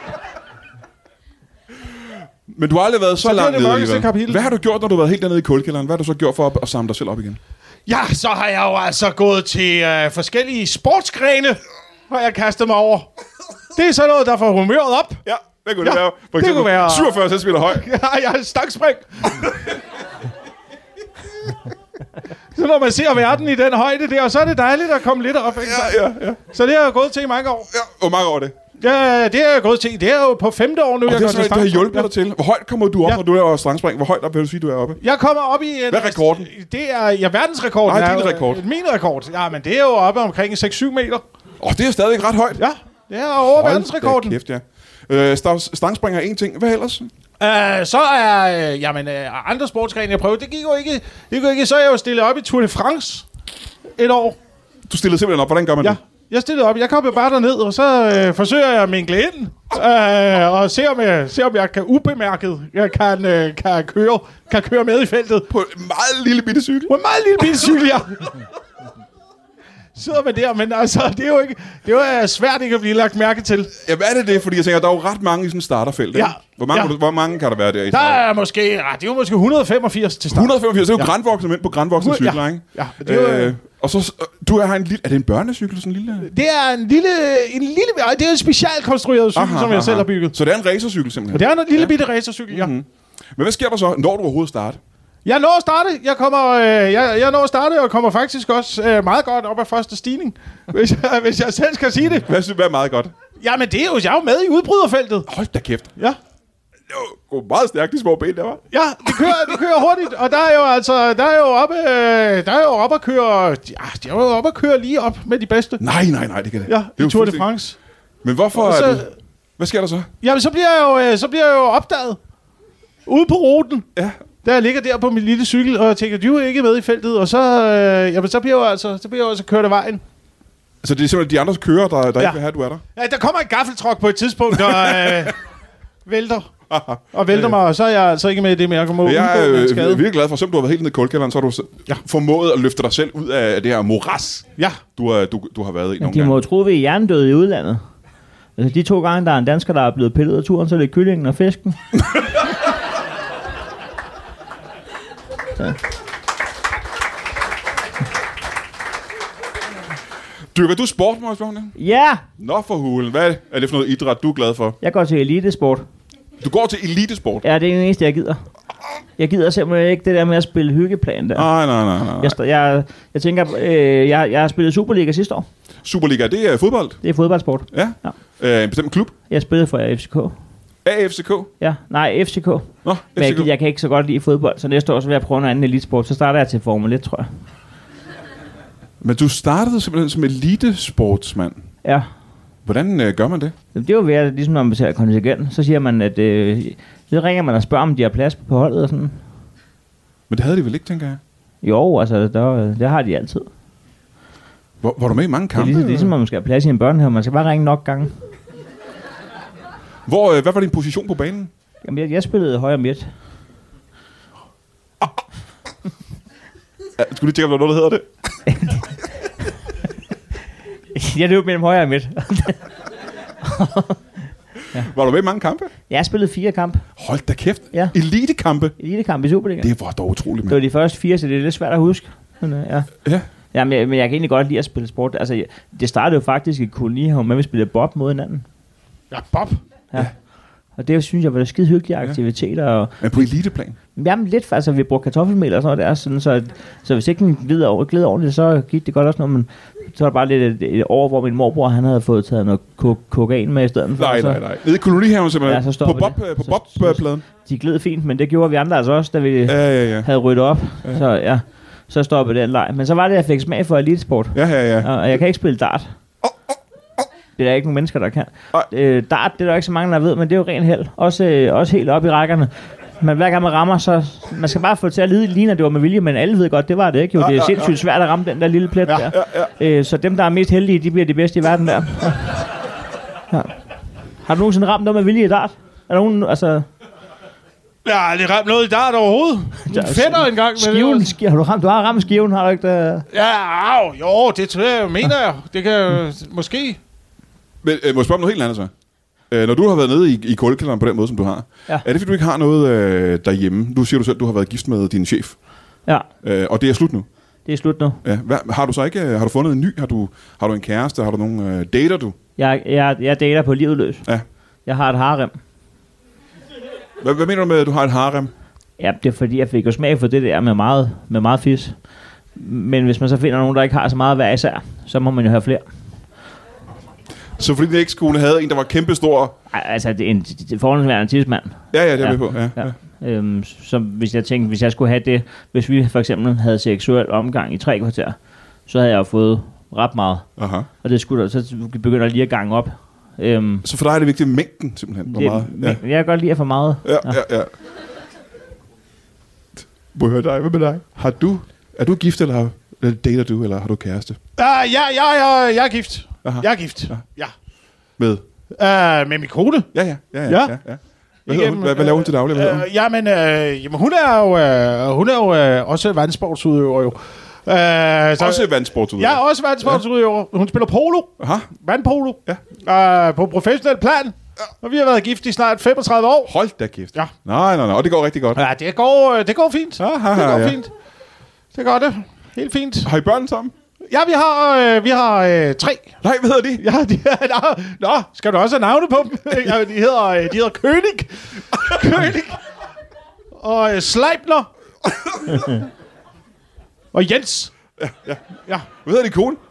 Men du har aldrig været så det er langt det nede mørkeste alligevel. kapitel. Hvad har du gjort, når du har været helt dernede i kulkælderen? Hvad har du så gjort for at samle dig selv op igen? Ja, så har jeg jo altså gået til forskellige sportsgrene, hvor jeg kastet mig over. Det er sådan noget, der får humøret op. Ja, hvad kunne det være? For det kunne være 47 cm høj. Ja, jeg er stangspring. Så når man ser verden i den højde der, så er det dejligt at komme lidt op. Ikke? Ja. Så det har jeg gået til i mange år. Ja, hvor mange år er det? Ja, det har jeg gået til. Det er jo på 5. år nu, Og jeg det går er til sådan, det har stangspring. hjulpet dig til. Hvor højt kommer du op, når du laver strandspring? Hvor højt op vil du sige, du er oppe? Jeg kommer op i... Hvad er rekorden? Det er verdensrekorden. Nej, din rekord. Min rekord. Ja, men det er jo oppe omkring 6-7 meter. Det er stadig ret højt. Ja, det er over verdensrekorden. Kæft, ja. Stangspring er en ting. Hvad ellers? Så er andre sportsgrene, jeg prøvede. Det gik jo ikke. Så er jeg jo stillet op i Tour de France et år. Du stillede simpelthen op. Hvordan gør man det? Jeg stillede op. Jeg kom jo bare derned, og så forsøger jeg at minkle ind. Og se om jeg kan ubemærket kan køre med i feltet. På en meget lille bitte cykel. På en meget lille bitte cykel, ja. Sidder man der, men altså, det er jo svært ikke at blive lagt mærke til. Ja, hvad er det? Fordi jeg tænker, der er jo ret mange i sådan en starterfelt. Ja. Hvor mange kan der være der i? Der er måske, det er jo måske 185 til start. 185, det er jo grandvoksne mænd på grandvoksne cykler, ikke? Ja, det er jo... Og så, du har en lille... Er det en børnecykel, sådan en lille? Det er en lille... Det er en specialkonstrueret cykel, som jeg selv har bygget. Så det er en racercykel, simpelthen? Og det er en lille bitte racercykel, ja. Men hvad sker der så, når du overhovedet starter? Jeg når at starte. Jeg når at starte, og kommer faktisk også meget godt op af første stigning, hvis jeg selv skal sige det. Hvad synes du er meget godt? Jamen, det er jo, jeg er jo med i udbryderfeltet. Hold da kæft. Ja. Det var meget stærkt, de små ben, der var. Ja, det kører hurtigt, og der er jo oppe at køre, ja, de er jo oppe at køre lige op med de bedste. Nej, det kan det. Ja, det i Tour de France. Men hvorfor så, er du... Hvad sker der så? Jamen, så bliver jeg jo opdaget ude på ruten. Ja. Der jeg ligger der på min lille cykel, og jeg tænker, du er ikke med i feltet, og så bliver jeg altså kørt af vejen. Så det er simpelthen de andres kører, der ikke vil have, at du er der? Ja, der kommer en gaffeltruck på et tidspunkt, og vælter mig, og så er jeg altså ikke med i det mere. Jeg er virkelig glad for, at du har været helt nede i kulkælderen, så har du formået at løfte dig selv ud af det her moras, du har været i nogle gange. De må jo tro, vi er hjernedøde i udlandet. Altså, de 2 gange, der er en dansker, der er blevet pillet af turen, så er det kyllingen og fisken. Dyrker du sport, må jeg spørge? Ja! Nå for hulen. Hvad er det for noget idræt, du er glad for? Jeg går til elitesport. Du går til elitesport? Ja, det er det eneste, jeg gider. Jeg gider simpelthen ikke det der med at spille hyggeplan der. Nej. Jeg tænker, jeg har spillet Superliga sidste år. Superliga, det er fodbold? Det er fodboldsport. Ja. En bestemt klub? Jeg spillede for FCK. AFCK? Ja, nej, FCK. Nå, FCK. Men jeg kan ikke så godt lide fodbold, så næste år så vil jeg prøve noget andet elitesport. Så starter jeg til Formel 1, tror jeg. Men du startede simpelthen som elitesportsmand? Ja. Hvordan gør man det? Det er jo ved at, ligesom når man betaler kontingent, så siger man, at så ringer man og spørger, om de har plads på holdet og sådan. Men det havde de vel ikke, tænker jeg? Jo, altså, det har de altid. Var du med i mange kampe? Det er ligesom, når man skal have plads i en børnehave. Man skal bare ringe nok gange. Hvad var din position på banen? Jamen, jeg spillede højre midt. Skulle lige tjekke, om der var noget, der hedder det? Jeg løb mellem højre og midt. Ja. Var du med i mange kampe? Jeg spillede 4 kampe. Hold da kæft. Ja. Elitekampe? Elitekampe i Superliga. Det var dog utroligt. Det var de første 4, så det er lidt svært at huske. Men, ja. Ja, men jeg kan egentlig godt lide at spille sport. Altså, det startede jo faktisk i kolonihaven, med at vi spillede bob mod hinanden. Ja, bob? Ja. Og det synes jeg var skide hyggelige aktiviteter. Og men på eliteplan? Jamen lidt, altså vi brugte kartoffelmel og sådan noget der, sådan, så hvis ikke den gled ordentligt, så gik det godt også noget, men så var det bare lidt et år, hvor min morbror, han havde fået taget noget kokain med i stedet for. Nej. Nede i kolonihaven simpelthen? Ja, på bobpladen? De gled fint, men det gjorde vi andre altså også, da vi havde ryddet op. Ja. Så stoppede den leg. Men så var det, jeg fik smag for elitesport. Ja. Og jeg kan ikke spille dart. Det er der ikke nogen mennesker, der kan. Dart, det er der ikke så mange, der ved, men det er jo ren held. Også helt op i rækkerne. Men hver gang man rammer, så... Man skal bare få det til at ligne, at det var med vilje, men alle ved godt, det var det ikke. Jo, det er sindssygt svært at ramme den der lille plet der. Så dem, der er mest heldige, de bliver de bedste i verden der. Ja. Har du nogensinde ramt noget med vilje i dart? Er der nogen, altså... Jeg har aldrig ramt noget i dart overhovedet. Fætter engang med skiven, det. Du har ramt skiven, har du ikke det? Ja, jo, det tror jeg, mener jeg. Det kan måske... Men må jeg spørge om noget helt andet så? Når du har været nede i kulkælderen på den måde, som du har, er det fordi, du ikke har noget derhjemme? Du siger du selv, du har været gift med din chef. Ja. Og det er slut nu? Det er slut nu. Ja. Har du så ikke har du fundet en ny? Har du en kæreste? Har du nogen dater du? Jeg dater på livet løs. Ja. Jeg har et harem. Hvad mener du med, at du har et harem? Ja, det er fordi, jeg fik jo smag for det der med meget fis. Men hvis man så finder nogen, der ikke har så meget hver især, så må man jo have flere. Så fordi din ekskone havde en, der var kæmpestor... Altså, det er en forholdsværende tidsmand. Ja, det er vi på. Ja. Så hvis jeg tænkte, hvis jeg skulle have det... Hvis vi for eksempel havde seksuel omgang i 3 kvarter, så havde jeg jo fået ret meget. Aha. Og det skulle så begynder lige at gange op. Så for dig er det vigtigt mængden, simpelthen? Hvor meget? Ja. Jeg kan godt lide at få meget. Ja. Må jeg høre dig? Hvad med dig? Er du gift, eller dater du, eller har du kæreste? Jeg er gift. Aha. Jeg er gift. Ja. Med? Med min kone. Ja. Hvad laver hun til daglig? Hun er jo også vandsportsudøver jo. Også vandsportsudøver? Ja, også vandsportsudøver. Ja. Hun spiller polo. Aha. Vandpolo. Ja. På professionel plan. Ja. Og vi har været gift i snart 35 år. Hold da gift. Ja. Nej. Og det går rigtig godt. Ja, det går fint. Aha, det går fint. Det gør det. Helt fint. Har I børn sammen? Ja, vi har 3. Nej, hvad hedder de? Ja, skal du også have navne på dem? De hedder König. König. Og Sleipner. Og Jens. Ja. Hvad hedder din kone?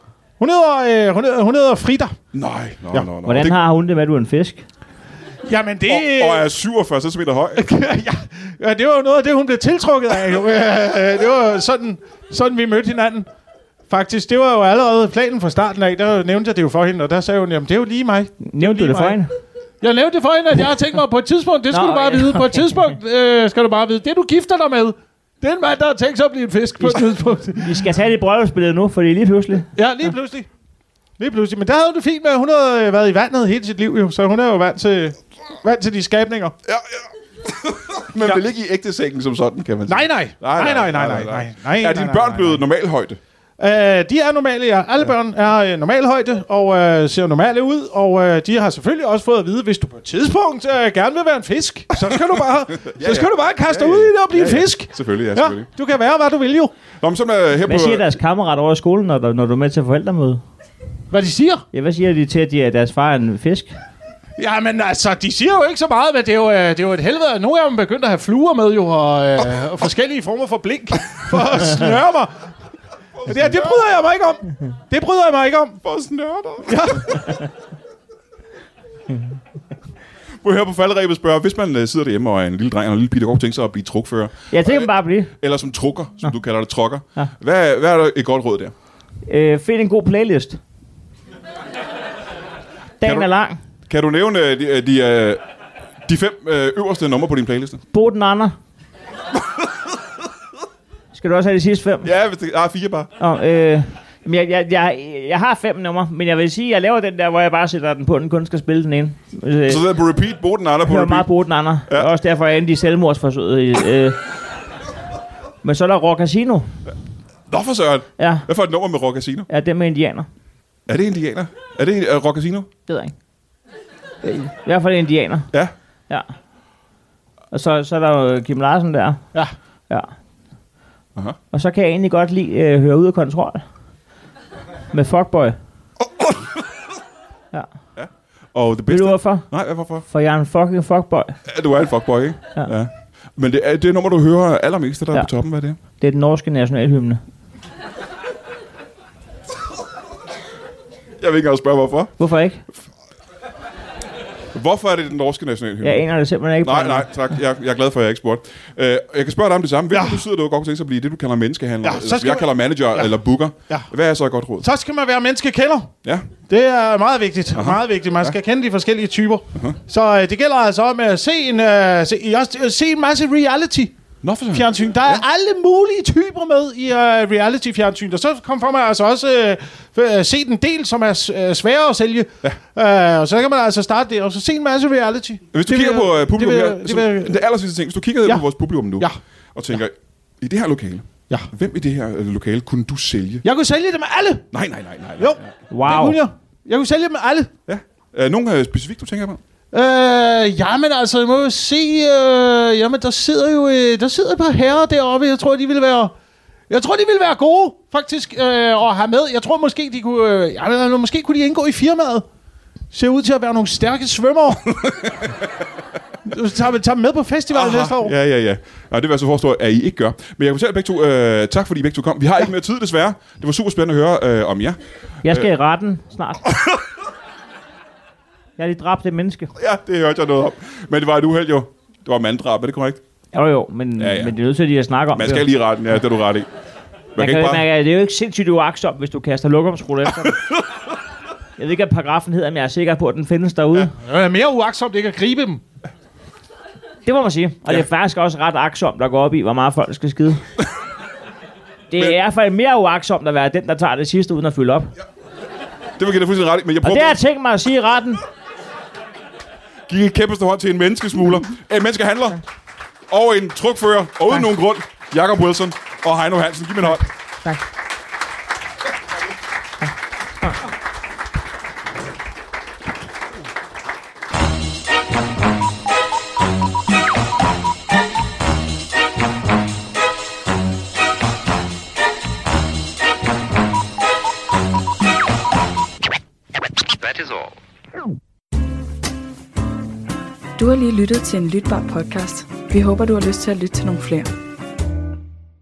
Hun hedder Frida. Nej. Hvordan har hun det med, at du er en fisk? Jamen det... Og er 47 cm høj. ja, det var jo noget af det, hun blev tiltrukket af. Det var sådan vi mødte hinanden. Faktisk, det var jo allerede planen fra starten af. Der nævnte jeg det jo for hende, og der sagde hun, jamen det er jo lige mig. Nævnte du det for hende? Jeg nævnte det for hende, at jeg har tænkt mig på et tidspunkt, det skal du bare vide. På et tidspunkt skal du bare vide. Det du gifter dig med, det er en mand, der har tænkt sig at blive en fisk på et tidspunkt. Vi skal tage det bryllupsbillede nu, fordi lige pludselig. Ja, lige pludselig. Men der havde hun det fint med, at hun havde været i vandet hele sit liv, jo, så hun er jo vant til de skabninger. Ja. Men vel ikke i ægtesengen som sådan, kan man sige. Nej. Er dine børn blevet normalhøjde? De er normale, ja. Alle børn er normalhøjde og ser normale ud, og de har selvfølgelig også fået at vide, hvis du på et tidspunkt gerne vil være en fisk, så skal du bare kaste dig ud i det og blive en fisk. Selvfølgelig. Du kan være, hvad du vil jo. Nå, så her hvad siger deres kammerat over i skolen, når du er med til forældremøde? Hvad de siger? Ja, hvad siger de til, at deres far er en fisk? Ja, men altså, de siger jo ikke så meget, men det er jo et helvede. Nogle af dem begyndte at have fluer med jo, og forskellige former for blink for at snøre mig. Det bryder jeg mig ikke om. For at snøre dig. Ja. Må jeg her på falderæbet spørge, hvis man sidder derhjemme og er en lille dreng og en lille pige, der godt tænker sig at blive trukfører. Jeg tænker bare at blive. Eller som trukker, som du kalder det, trokker. Ja. Hvad er der et godt råd der? Find en god playlist. Dagen er lang. Kan du nævne de 5 øverste numre på din playliste? Boden Anna. Skal du også have de sidste 5? Ja, hvis det er 4 bare. Jeg har 5 numre, men jeg vil sige, at jeg laver den der, hvor jeg bare sætter den på, den kun skal spille den ene. Så det er på repeat, Boden Anna på repeat? Det er meget Boden Anna. Ja. Også derfor er jeg endelig i selvmordsforsøget. Men så er der Rock Casino. Nå for søren. Ja. Hvad for et nummer med Rock Casino? Ja, det med indianer. Er det indianer? Er det Rock Casino? Det ved jeg ikke. I hvert fald indianer. Ja. Ja. Og så er der jo Kim Larsen der. Ja. Aha. Og så kan jeg egentlig godt lide høre ud af kontrol. Med Fuckboy. Ja. Og det bedste... Ved du hvorfor? Nej, hvorfor? For jeg er en fucking fuckboy. Ja, du er en fuckboy, ikke? Ja. Men det er nummer, du hører allermest, der er på toppen. Hvad er det? Det er den norske nationalhymne. Jeg vil ikke engang spørge, hvorfor. Hvorfor ikke? Hvorfor er det den norske nationalhymne? Jeg aner det simpelthen ikke. Nej, tak. Jeg er glad for, at jeg ikke spurgte. Jeg kan spørge dig om det samme. Hvis du sidder og godt kunne tænke sig at blive det, du kalder menneskehandler, eller jeg kalder manager eller booker. Ja. Hvad er så et godt råd? Så skal man være menneskekender. Ja. Det er meget vigtigt. Meget vigtigt. Man skal kende de forskellige typer. Så det gælder altså om at se en masse reality. Fjernsyn. Der er alle mulige typer med i reality-fjernsyn. Og så kommer man altså også se den del, som er sværere at sælge. Ja. Og så kan man altså starte der, og så se en masse reality. Hvis du kigger på publikum her, det aller sidste ting. Hvis du kigger på vores publikum nu, og tænker, i det her lokale, hvem i det her lokale kunne du sælge? Jeg kunne sælge dem alle. Nej. Jo, wow. Det kunne jeg. Jeg kunne sælge dem alle. Ja. Nogen specifikt, du tænker på? Jamen altså, jeg må jo se, jamen der sidder et par herrer deroppe, jeg tror de ville være gode, faktisk, at have med. Jeg tror måske, de kunne, måske kunne de indgå i firmaet. Ser ud til at være nogle stærke svømmere. Tager dem med på festivalen næste år. Ja. Nej, det vil jeg så forstå, at I ikke gør. Men jeg kan fortælle begge to, tak fordi I begge to kom. Vi har ikke mere tid, desværre. Det var super spændende at høre om jer. Jeg skal i retten snart. Jeg har lige dræbt et menneske. Ja, det hørte jeg noget om. Men det var et uheld jo. Det var manddrab, er det korrekt? Jo, men det er nødt til at snakke om man skal lige retten, ja, det er du ret i. Det er jo ikke sindssygt uagtsomt, hvis du kaster lokumsrulle efter dem. Jeg ved ikke, hvad paragrafen hedder, men jeg er sikker på, at den findes derude. Ja, det er mere uagtsomt ikke at gribe dem. Det må man sige. Og det er faktisk også ret agtsomt at gå op i, hvor meget folk skal skide. Det er i hvert fald mere uagtsomt at være den, der tager det sidste uden at fylde op. Ja. Det var jeg fuldstændig ret i, men jeg prøver... Og det har jeg tænkt mig at sige i retten. Giv et kæmpeste hånd til en menneskesmugler, en menneskehandler og en trukfører, og uden nogen grund, Jakob Wilson og Heino Hansen. Giv mig en hånd. Tak. Du har lige lyttet til en lytbar podcast. Vi håber, du har lyst til at lytte til nogle flere.